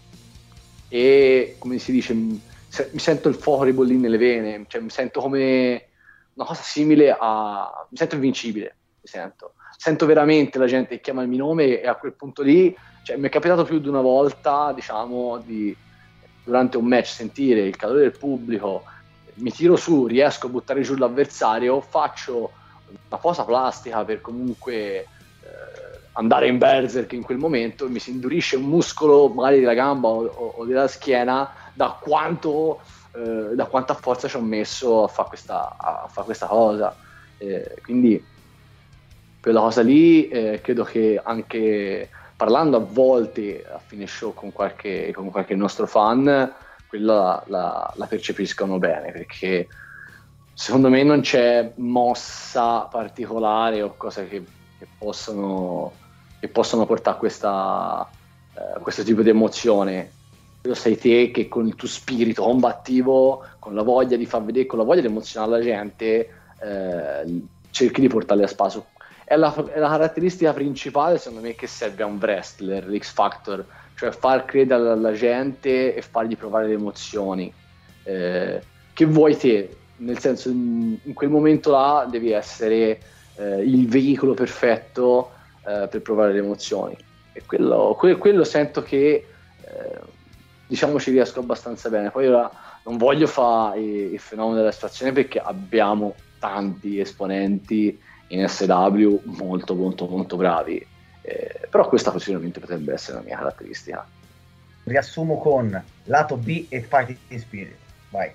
e, come si dice, mi sento il fuoco ribollire nelle vene, cioè mi sento come una cosa simile mi sento invincibile, sento veramente la gente che chiama il mio nome, e a quel punto lì, cioè, mi è capitato più di una volta, diciamo, durante un match sentire il calore del pubblico, mi tiro su, riesco a buttare giù l'avversario, faccio una posa plastica per comunque andare in berserk in quel momento, e mi si indurisce un muscolo magari della gamba o della schiena da quanta forza ci ho messo a fare questa cosa, quindi quella cosa lì, credo che anche parlando a volte a fine show con qualche nostro fan, quella la percepiscono bene, perché secondo me non c'è mossa particolare o cose che possono portare a questo tipo di emozione. Quello sei te che con il tuo spirito combattivo, con la voglia di far vedere, con la voglia di emozionare la gente, cerchi di portarli a spaso. È la caratteristica principale, secondo me, che serve a un wrestler, l'X Factor, cioè far credere alla gente e fargli provare le emozioni che vuoi te, nel senso, in quel momento là devi essere il veicolo perfetto per provare le emozioni, e quello sento che diciamo ci riesco abbastanza bene. Poi ora non voglio fare il fenomeno della situazione, perché abbiamo tanti esponenti in SW molto bravi, però questa sicuramente potrebbe essere una mia caratteristica. Riassumo con lato B e Fighting Spirit, vai.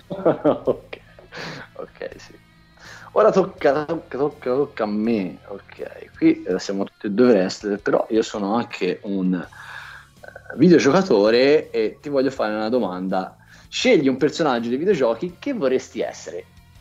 ok, sì. Ora tocca a me. Ok, qui siamo tutti e due wrestler, però io sono anche un videogiocatore, e ti voglio fare una domanda. Scegli un personaggio dei videogiochi che vorresti essere.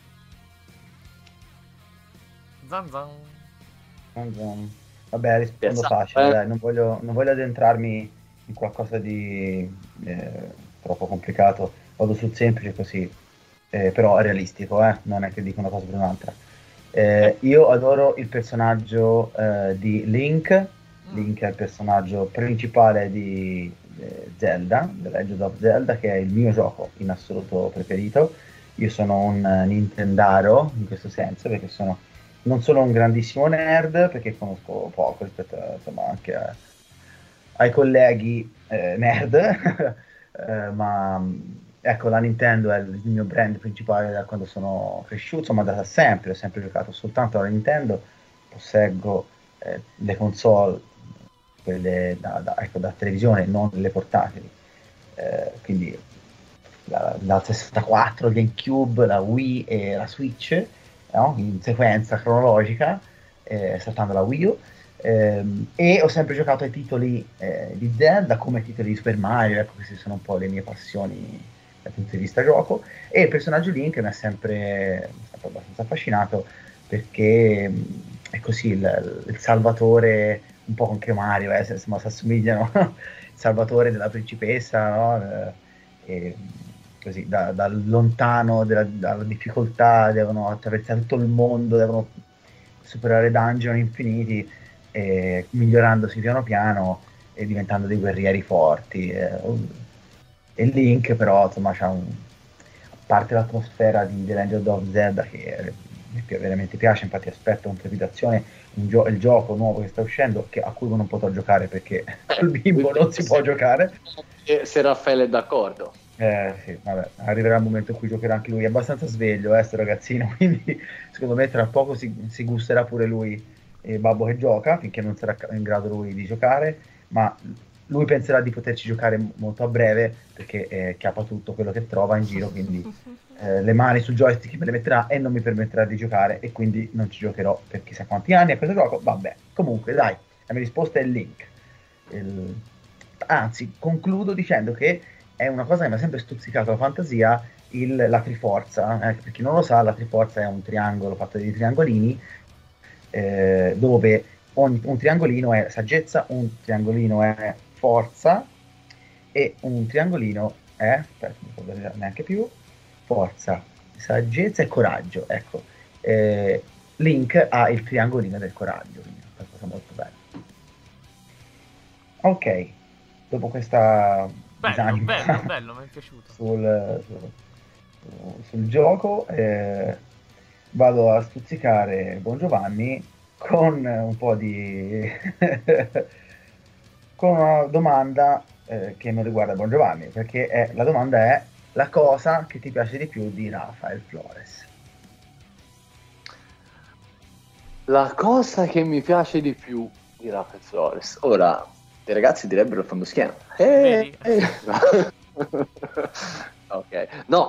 Zan zan. Vabbè, rispondo facile, dai, non voglio addentrarmi in qualcosa di troppo complicato, vado sul semplice così, però è realistico, non è che dico una cosa per un'altra. Io adoro il personaggio di Link. Link è il personaggio principale di Zelda, The Legend of Zelda, che è il mio gioco in assoluto preferito. Io sono un Nintendaro in questo senso, perché non sono un grandissimo nerd, perché conosco poco rispetto insomma, anche ai colleghi nerd, ma ecco, la Nintendo è il mio brand principale da quando sono cresciuto, insomma da sempre, ho sempre giocato soltanto alla Nintendo, posseggo le console, quelle ecco, da televisione, non le portatili, quindi la 64, il GameCube, la Wii e la Switch, no? In sequenza cronologica, saltando la Wii U, e ho sempre giocato ai titoli di Zelda come titoli di Super Mario, ecco, queste sono un po' le mie passioni dal punto di vista gioco, e il personaggio Link mi ha sempre abbastanza affascinato, perché è così il salvatore, un po' anche Mario, insomma si assomigliano, il salvatore della principessa, no? E così da lontano dalla difficoltà devono attraversare tutto il mondo, devono superare dungeon infiniti, migliorandosi piano piano e diventando dei guerrieri forti. E Link però insomma a parte l'atmosfera di The Legend of Zelda, che mi veramente piace, infatti aspetto con trepidazione il gioco nuovo che sta uscendo, a cui non potrò giocare perché col bimbo non si può giocare. Se Raffaele è d'accordo. Sì, vabbè, arriverà il momento in cui giocherà anche lui, è abbastanza sveglio sto ragazzino, quindi secondo me tra poco si gusterà pure lui babbo che gioca, finché non sarà in grado lui di giocare, ma lui penserà di poterci giocare molto a breve, perché chiappa tutto quello che trova in giro, quindi le mani sul joystick me le metterà e non mi permetterà di giocare, e quindi non ci giocherò per chissà quanti anni a questo gioco. Vabbè, comunque dai, la mia risposta è Link. Anzi, concludo dicendo che è una cosa che mi ha sempre stuzzicato la fantasia, la Triforza. Per chi non lo sa, la Triforza è un triangolo fatto di triangolini, dove un triangolino è saggezza, un triangolino è forza e un triangolino è, aspetta, non mi ricordo neanche più, forza, saggezza e coraggio. Ecco, Link ha il triangolino del coraggio, quindi è una cosa molto bella. Ok, dopo questa bello, mi è piaciuto sul gioco, vado a stuzzicare Buon Giovanni con un po' di con una domanda che non riguarda Buon Giovanni, perché la domanda è: la cosa che ti piace di più di Rafael Flores? La cosa che mi piace di più di Rafael Flores, ora i ragazzi direbbero il fondo schiena. Ok, no,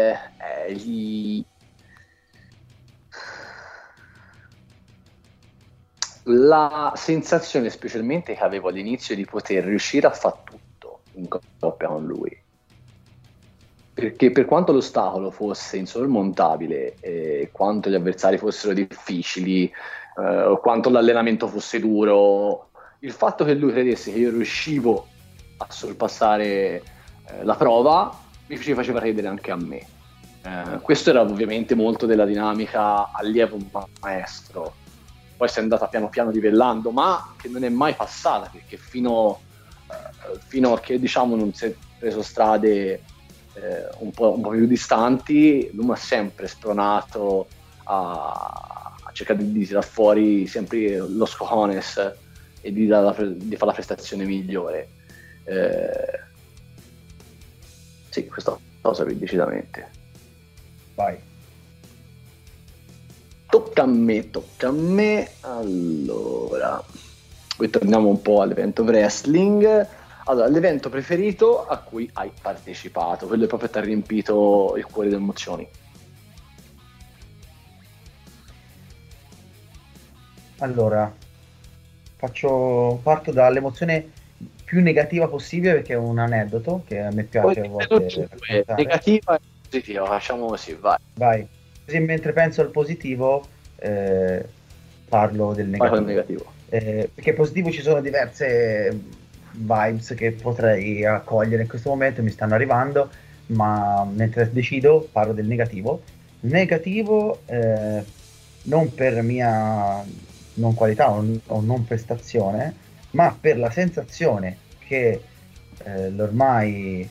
la sensazione specialmente che avevo all'inizio di poter riuscire a fare tutto in coppia con lui, perché per quanto l'ostacolo fosse insormontabile, quanto gli avversari fossero difficili, quanto l'allenamento fosse duro, il fatto che lui credesse che io riuscivo a sorpassare la prova mi faceva credere anche a me. Questo era ovviamente molto della dinamica allievo maestro, poi si è andata piano piano livellando, ma che non è mai passata, perché fino a che diciamo non si è preso strade un po' più distanti, lui mi ha sempre spronato a cercare di tirar fuori sempre lo scojones e di fare la prestazione migliore. Sì, questa cosa decisamente. Vai. Tocca a me. Allora, poi torniamo un po' all'evento wrestling. Allora, l'evento preferito a cui hai partecipato, quello che proprio ti ha riempito il cuore di emozioni. Allora, parto dall'emozione più negativa possibile, perché è un aneddoto che a me piace a volte raccontare. Negativa e positiva, facciamo così, vai. Così mentre penso al positivo parlo del negativo. Vai col negativo. Perché positivo ci sono diverse vibes che potrei accogliere in questo momento mi stanno arrivando, ma mentre decido parlo del negativo. Negativo non per mia non qualità o non prestazione, ma per la sensazione che l'ormai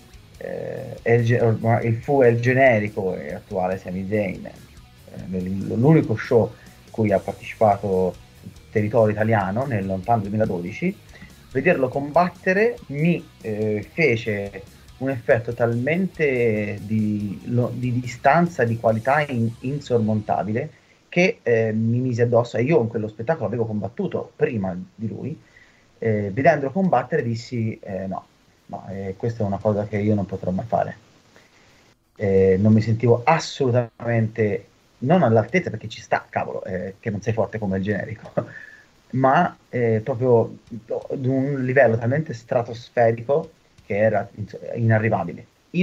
il generico e attuale Sami Zayn, l'unico show a cui ha partecipato sul territorio italiano nel lontano 2012, vederlo combattere mi fece un effetto talmente di distanza, di qualità insormontabile, che mi mise addosso, e io in quello spettacolo avevo combattuto prima di lui, vedendolo combattere dissi no, questa è una cosa che io non potrò mai fare. Non mi sentivo assolutamente non all'altezza, perché ci sta, cavolo, che non sei forte come il generico, ma proprio ad un livello talmente stratosferico che era inarrivabile,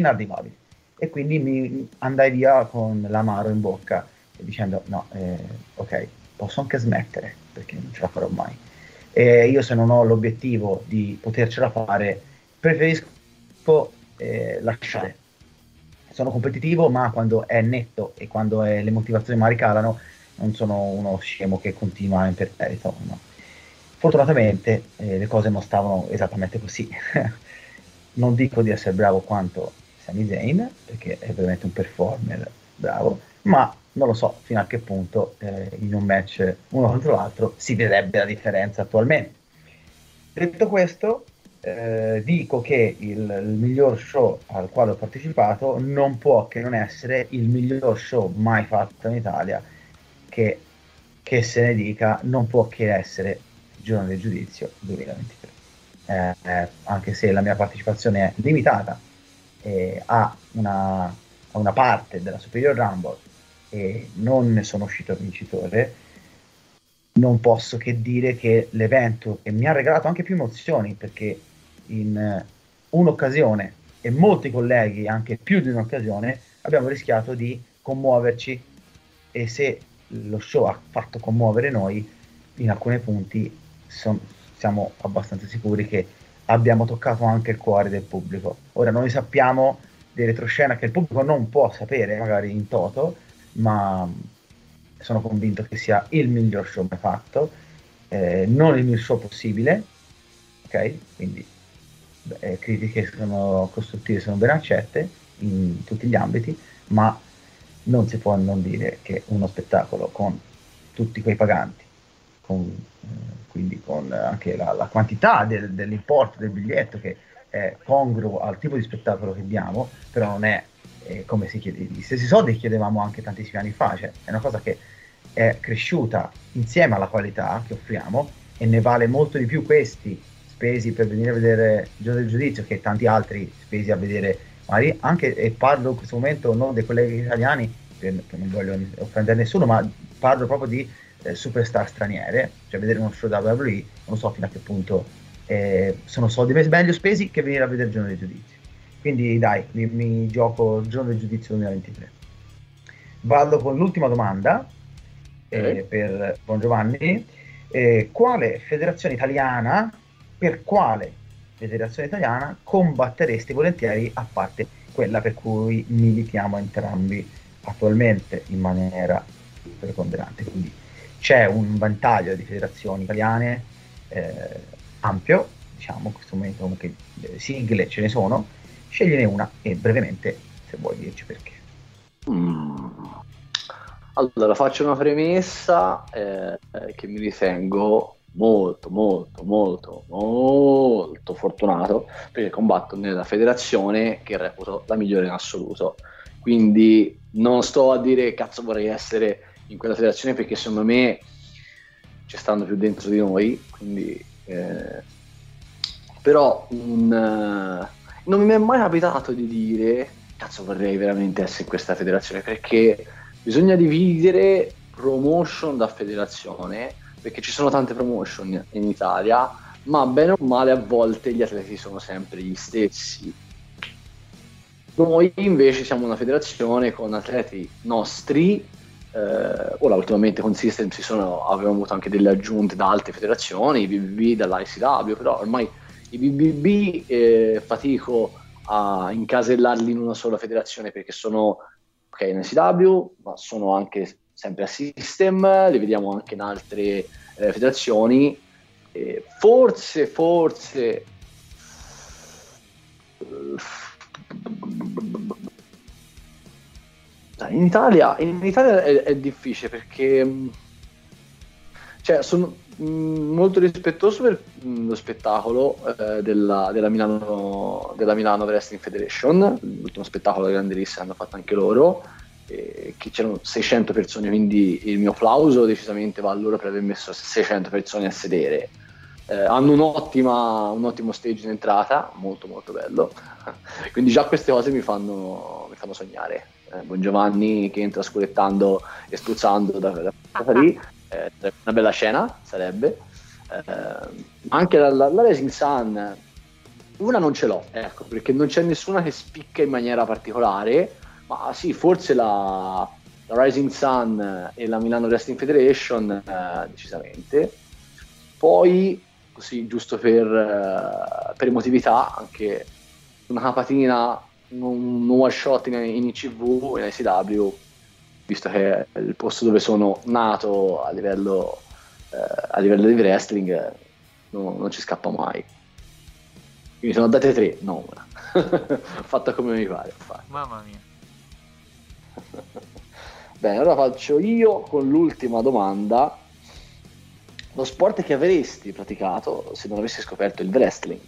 e quindi mi andai via con l'amaro in bocca, dicendo no, ok, posso anche smettere perché non ce la farò mai. Io, se non ho l'obiettivo di potercela fare, preferisco lasciare. Sono competitivo, ma quando è netto e quando le motivazioni magari calano, non sono uno scemo che continua imperterrito, no. Fortunatamente le cose non stavano esattamente così. Non dico di essere bravo quanto Sami Zayn, perché è veramente un performer bravo, ma non lo so fino a che punto in un match uno contro l'altro si vedrebbe la differenza attualmente. Detto questo, dico che il miglior show al quale ho partecipato non può che non essere il miglior show mai fatto in Italia, che se ne dica, non può che essere il Giorno del Giudizio 2023. Anche se la mia partecipazione è limitata a una parte della Superior Rumble e non ne sono uscito vincitore, non posso che dire che l'evento, che mi ha regalato anche più emozioni, perché in un'occasione e molti colleghi, anche più di un'occasione, abbiamo rischiato di commuoverci, e se lo show ha fatto commuovere noi, in alcuni punti siamo abbastanza sicuri che abbiamo toccato anche il cuore del pubblico. Ora, noi sappiamo di retroscena che il pubblico non può sapere, magari in toto, ma sono convinto che sia il miglior show mai fatto, non il miglior show possibile, ok? Quindi critiche sono costruttive, sono ben accette in tutti gli ambiti, ma non si può non dire che uno spettacolo con tutti quei paganti, quindi con anche la quantità dell'importo del biglietto, che è congruo al tipo di spettacolo che diamo, però non è come si chiede. Gli stessi soldi chiedevamo anche tantissimi anni fa, cioè è una cosa che è cresciuta insieme alla qualità che offriamo, e ne vale molto di più questi spesi per venire a vedere il Giorno del Giudizio che tanti altri spesi a vedere magari anche, e parlo in questo momento non dei colleghi italiani, che non voglio offendere nessuno, ma parlo proprio di superstar straniere, cioè vedere uno show da WWE, non so fino a che punto sono soldi meglio spesi che venire a vedere il Giorno del Giudizio. Quindi dai, mi gioco il Giorno del Giudizio 2023. Vado con l'ultima domanda per Buon Giovanni. Quale federazione italiana, per quale federazione italiana combatteresti volentieri, a parte quella per cui militiamo entrambi attualmente in maniera preponderante? Quindi c'è un ventaglio di federazioni italiane ampio, diciamo, in questo momento comunque sigle ce ne sono, scegliene una e brevemente, se vuoi dirci perché. Allora, faccio una premessa che mi ritengo molto fortunato, perché combatto nella federazione che reputo la migliore in assoluto. Quindi non sto a dire cazzo vorrei essere in quella federazione, perché secondo me ci stanno più dentro di noi, quindi però non mi è mai capitato di dire cazzo vorrei veramente essere in questa federazione, perché bisogna dividere promotion da federazione, perché ci sono tante promotion in Italia, ma bene o male a volte gli atleti sono sempre gli stessi. Noi invece siamo una federazione con atleti nostri. Ora ultimamente con System avevamo avuto anche delle aggiunte da altre federazioni, BBB, dall'ICW, però ormai I BBB fatico a incasellarli in una sola federazione perché sono ok in NCW, ma sono anche sempre a System, li vediamo anche in altre federazioni. Forse in Italia è difficile perché cioè, sono molto rispettoso per lo spettacolo della Milano Wrestling Federation, l'ultimo spettacolo grande rissa hanno fatto anche loro, che c'erano 600 persone, quindi il mio applauso decisamente va a loro per aver messo 600 persone a sedere. Hanno un ottimo stage in entrata, molto molto bello, quindi già queste cose mi fanno sognare. Buon Giovanni che entra sculettando e spruzzando da lì, una bella scena sarebbe. Anche la Rising Sun una non ce l'ho, ecco, perché non c'è nessuna che spicca in maniera particolare, ma sì, forse la Rising Sun e la Milano Wrestling Federation decisamente. Poi così giusto per emotività, anche una capatina, un one shot in ICW, in ICW, visto che è il posto dove sono nato a livello di wrestling, non ci scappa mai. Quindi sono date 3, non una. Fatta come mi pare. Mamma mia. Bene, allora faccio io con l'ultima domanda. Lo sport che avresti praticato se non avessi scoperto il wrestling?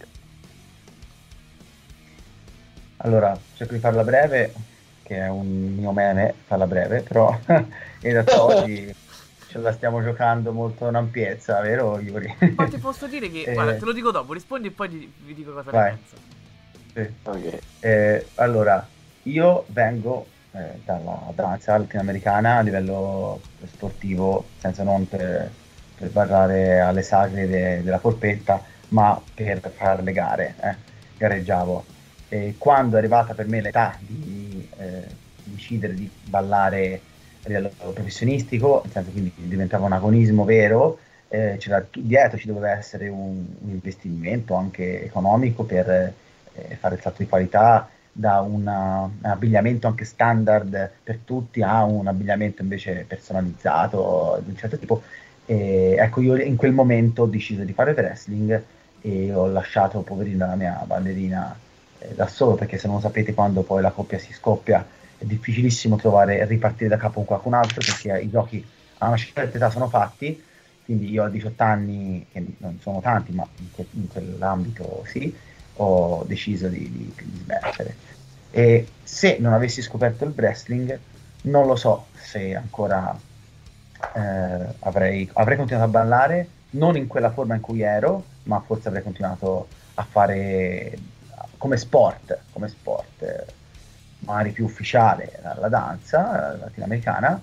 Allora, cerco di farla breve, che è un mio meme, farla breve, però in realtà oggi ce la stiamo giocando molto in ampiezza, vero Yuri? Ma ti posso dire che, guarda, te lo dico dopo, rispondi e poi vi dico cosa vai. ne penso. Sì. Okay. Allora, io vengo dalla danza latinoamericana a livello sportivo, senza non per parlare alle sagre della polpetta, ma per fare le gare, gareggiavo. E quando è arrivata per me l'età di decidere di ballare a livello professionistico, nel senso quindi diventava un agonismo vero, dietro ci doveva essere un investimento anche economico per fare il salto di qualità da un abbigliamento anche standard per tutti a un abbigliamento invece personalizzato di un certo tipo. Ecco, io in quel momento ho deciso di fare wrestling e ho lasciato, poverina, la mia ballerina da solo, perché se non sapete, quando poi la coppia si scoppia è difficilissimo ripartire da capo con qualcun altro, perché i giochi a una certa età sono fatti. Quindi io a 18 anni, che non sono tanti, ma in quell'ambito sì, ho deciso di smettere. E se non avessi scoperto il wrestling, non lo so se ancora avrei continuato a ballare, non in quella forma in cui ero, ma forse avrei continuato a fare come sport, magari più ufficiale, la danza latinoamericana,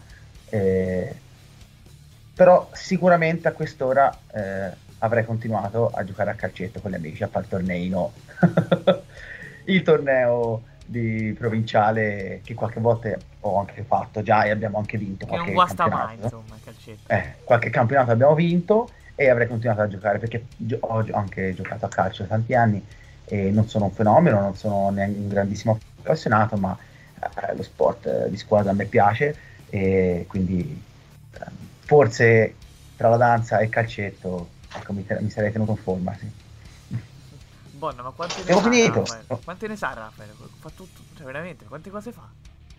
però sicuramente a quest'ora avrei continuato a giocare a calcetto con gli amici, a fare il torneino, il torneo di provinciale che qualche volta ho anche fatto già e abbiamo anche vinto. Che non guasta mai, insomma, il calcetto. Qualche campionato abbiamo vinto e avrei continuato a giocare, perché ho anche giocato a calcio da tanti anni e non sono un fenomeno, non sono neanche un grandissimo appassionato, ma lo sport di squadra a me piace, e quindi forse tra la danza e il calcetto, ecco, mi sarei tenuto in forma, sì. Buono, ma quante Abbiamo finito. Quante ne sa Raffaele? Fa tutto, cioè veramente, quante cose fa?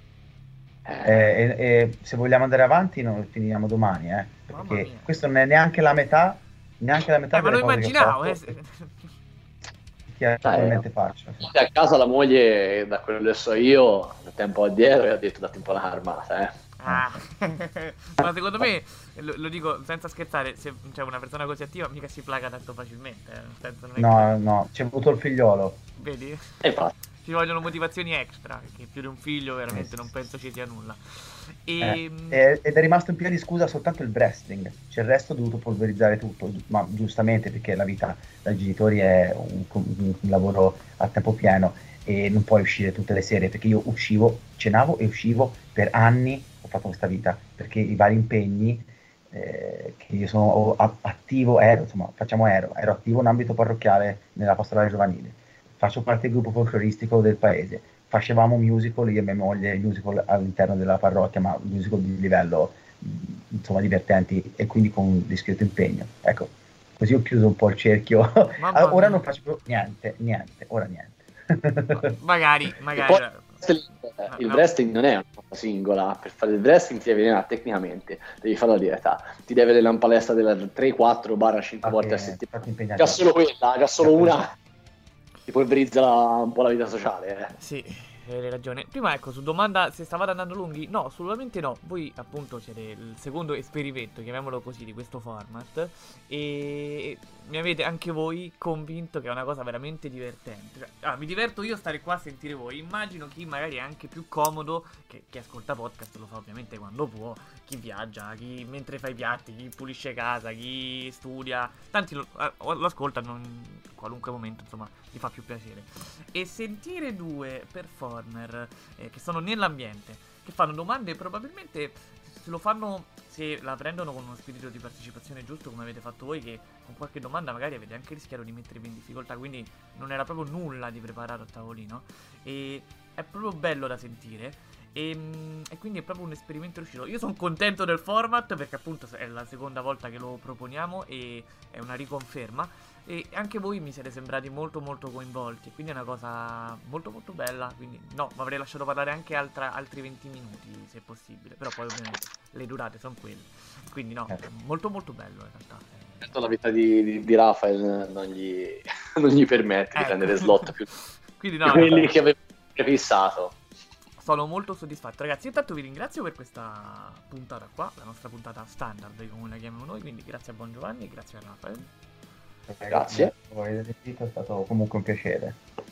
Se vogliamo andare avanti noi finiamo domani, perché questo non è neanche la metà ma lo immaginavo, che attualmente faccio. A casa la moglie, da quello che so io, da tempo addietro, ha detto datti un po' un'armata, ma secondo me, lo dico senza scherzare, se c'è una persona così attiva mica si placa tanto facilmente, nel senso, non è no, c'è avuto il figliolo, vedi? Infatti ci vogliono motivazioni extra, che più di un figlio veramente non penso ci sia nulla. Ed è rimasto in piedi, scusa, soltanto il wrestling, cioè il resto ho dovuto polverizzare tutto, ma giustamente, perché la vita da genitori è un lavoro a tempo pieno e non puoi uscire tutte le sere, perché io cenavo e uscivo per anni, ho fatto questa vita, perché i vari impegni che io sono attivo, ero attivo in ambito parrocchiale nella pastorale giovanile, faccio parte del gruppo folcloristico del paese, facevamo musical, io e mia moglie, musical all'interno della parrocchia, ma musical di livello insomma divertenti e quindi con discreto impegno. Ecco, così ho chiuso un po' il cerchio. Ora non faccio più ora niente. Magari. Il wrestling non è una cosa singola. Per fare il wrestling ti devi allenare tecnicamente, devi fare la dieta, ti devi allenare in palestra della 3, 4, 5 volte a settimana. Già solo quella, già solo una ti polverizza un po' la vita sociale. Sì, hai ragione. Prima, ecco, su domanda se stavate andando lunghi, no, assolutamente no. Voi appunto siete il secondo esperimento, chiamiamolo così, di questo format, e mi avete anche voi convinto che è una cosa veramente divertente. Cioè, mi diverto io a stare qua a sentire voi. Immagino chi magari è anche più comodo, che chi ascolta podcast lo fa ovviamente quando può, chi viaggia, chi mentre fa i piatti, chi pulisce casa, chi studia, tanti lo ascoltano in qualunque momento, insomma, gli fa più piacere. E sentire due performer che sono nell'ambiente, che fanno domande, probabilmente se lo fanno, se la prendono con uno spirito di partecipazione giusto come avete fatto voi, che con qualche domanda magari avete anche rischiato di mettervi in difficoltà, quindi non era proprio nulla di preparato a tavolino, e è proprio bello da sentire. E quindi è proprio un esperimento riuscito. Io sono contento del format perché appunto è la seconda volta che lo proponiamo e è una riconferma. E anche voi mi siete sembrati molto molto coinvolti, quindi è una cosa molto molto bella. Quindi no, mi avrei lasciato parlare anche altri 20 minuti se possibile, però poi ovviamente le durate sono quelle. Quindi no, molto molto bello in realtà. Certo, la vita di Rafael non gli permette di prendere slot più quindi di quelli che aveva fissato. Sono molto soddisfatto, ragazzi. Intanto vi ringrazio per questa puntata qua, la nostra puntata standard come la chiamiamo noi, quindi grazie a Buon Giovanni e grazie a Rafael. Grazie. È stato comunque un piacere.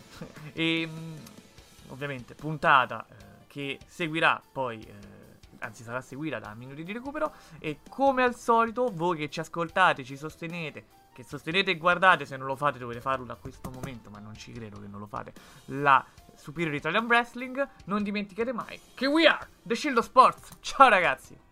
E ovviamente puntata che seguirà poi, anzi sarà seguita da Minuti di Recupero, e come al solito voi che ci ascoltate, ci sostenete, che sostenete e guardate, se non lo fate dovete farlo da questo momento, ma non ci credo che non lo fate, la Superior Italian Wrestling, non dimenticate mai che we are The Shield of Sports. Ciao ragazzi.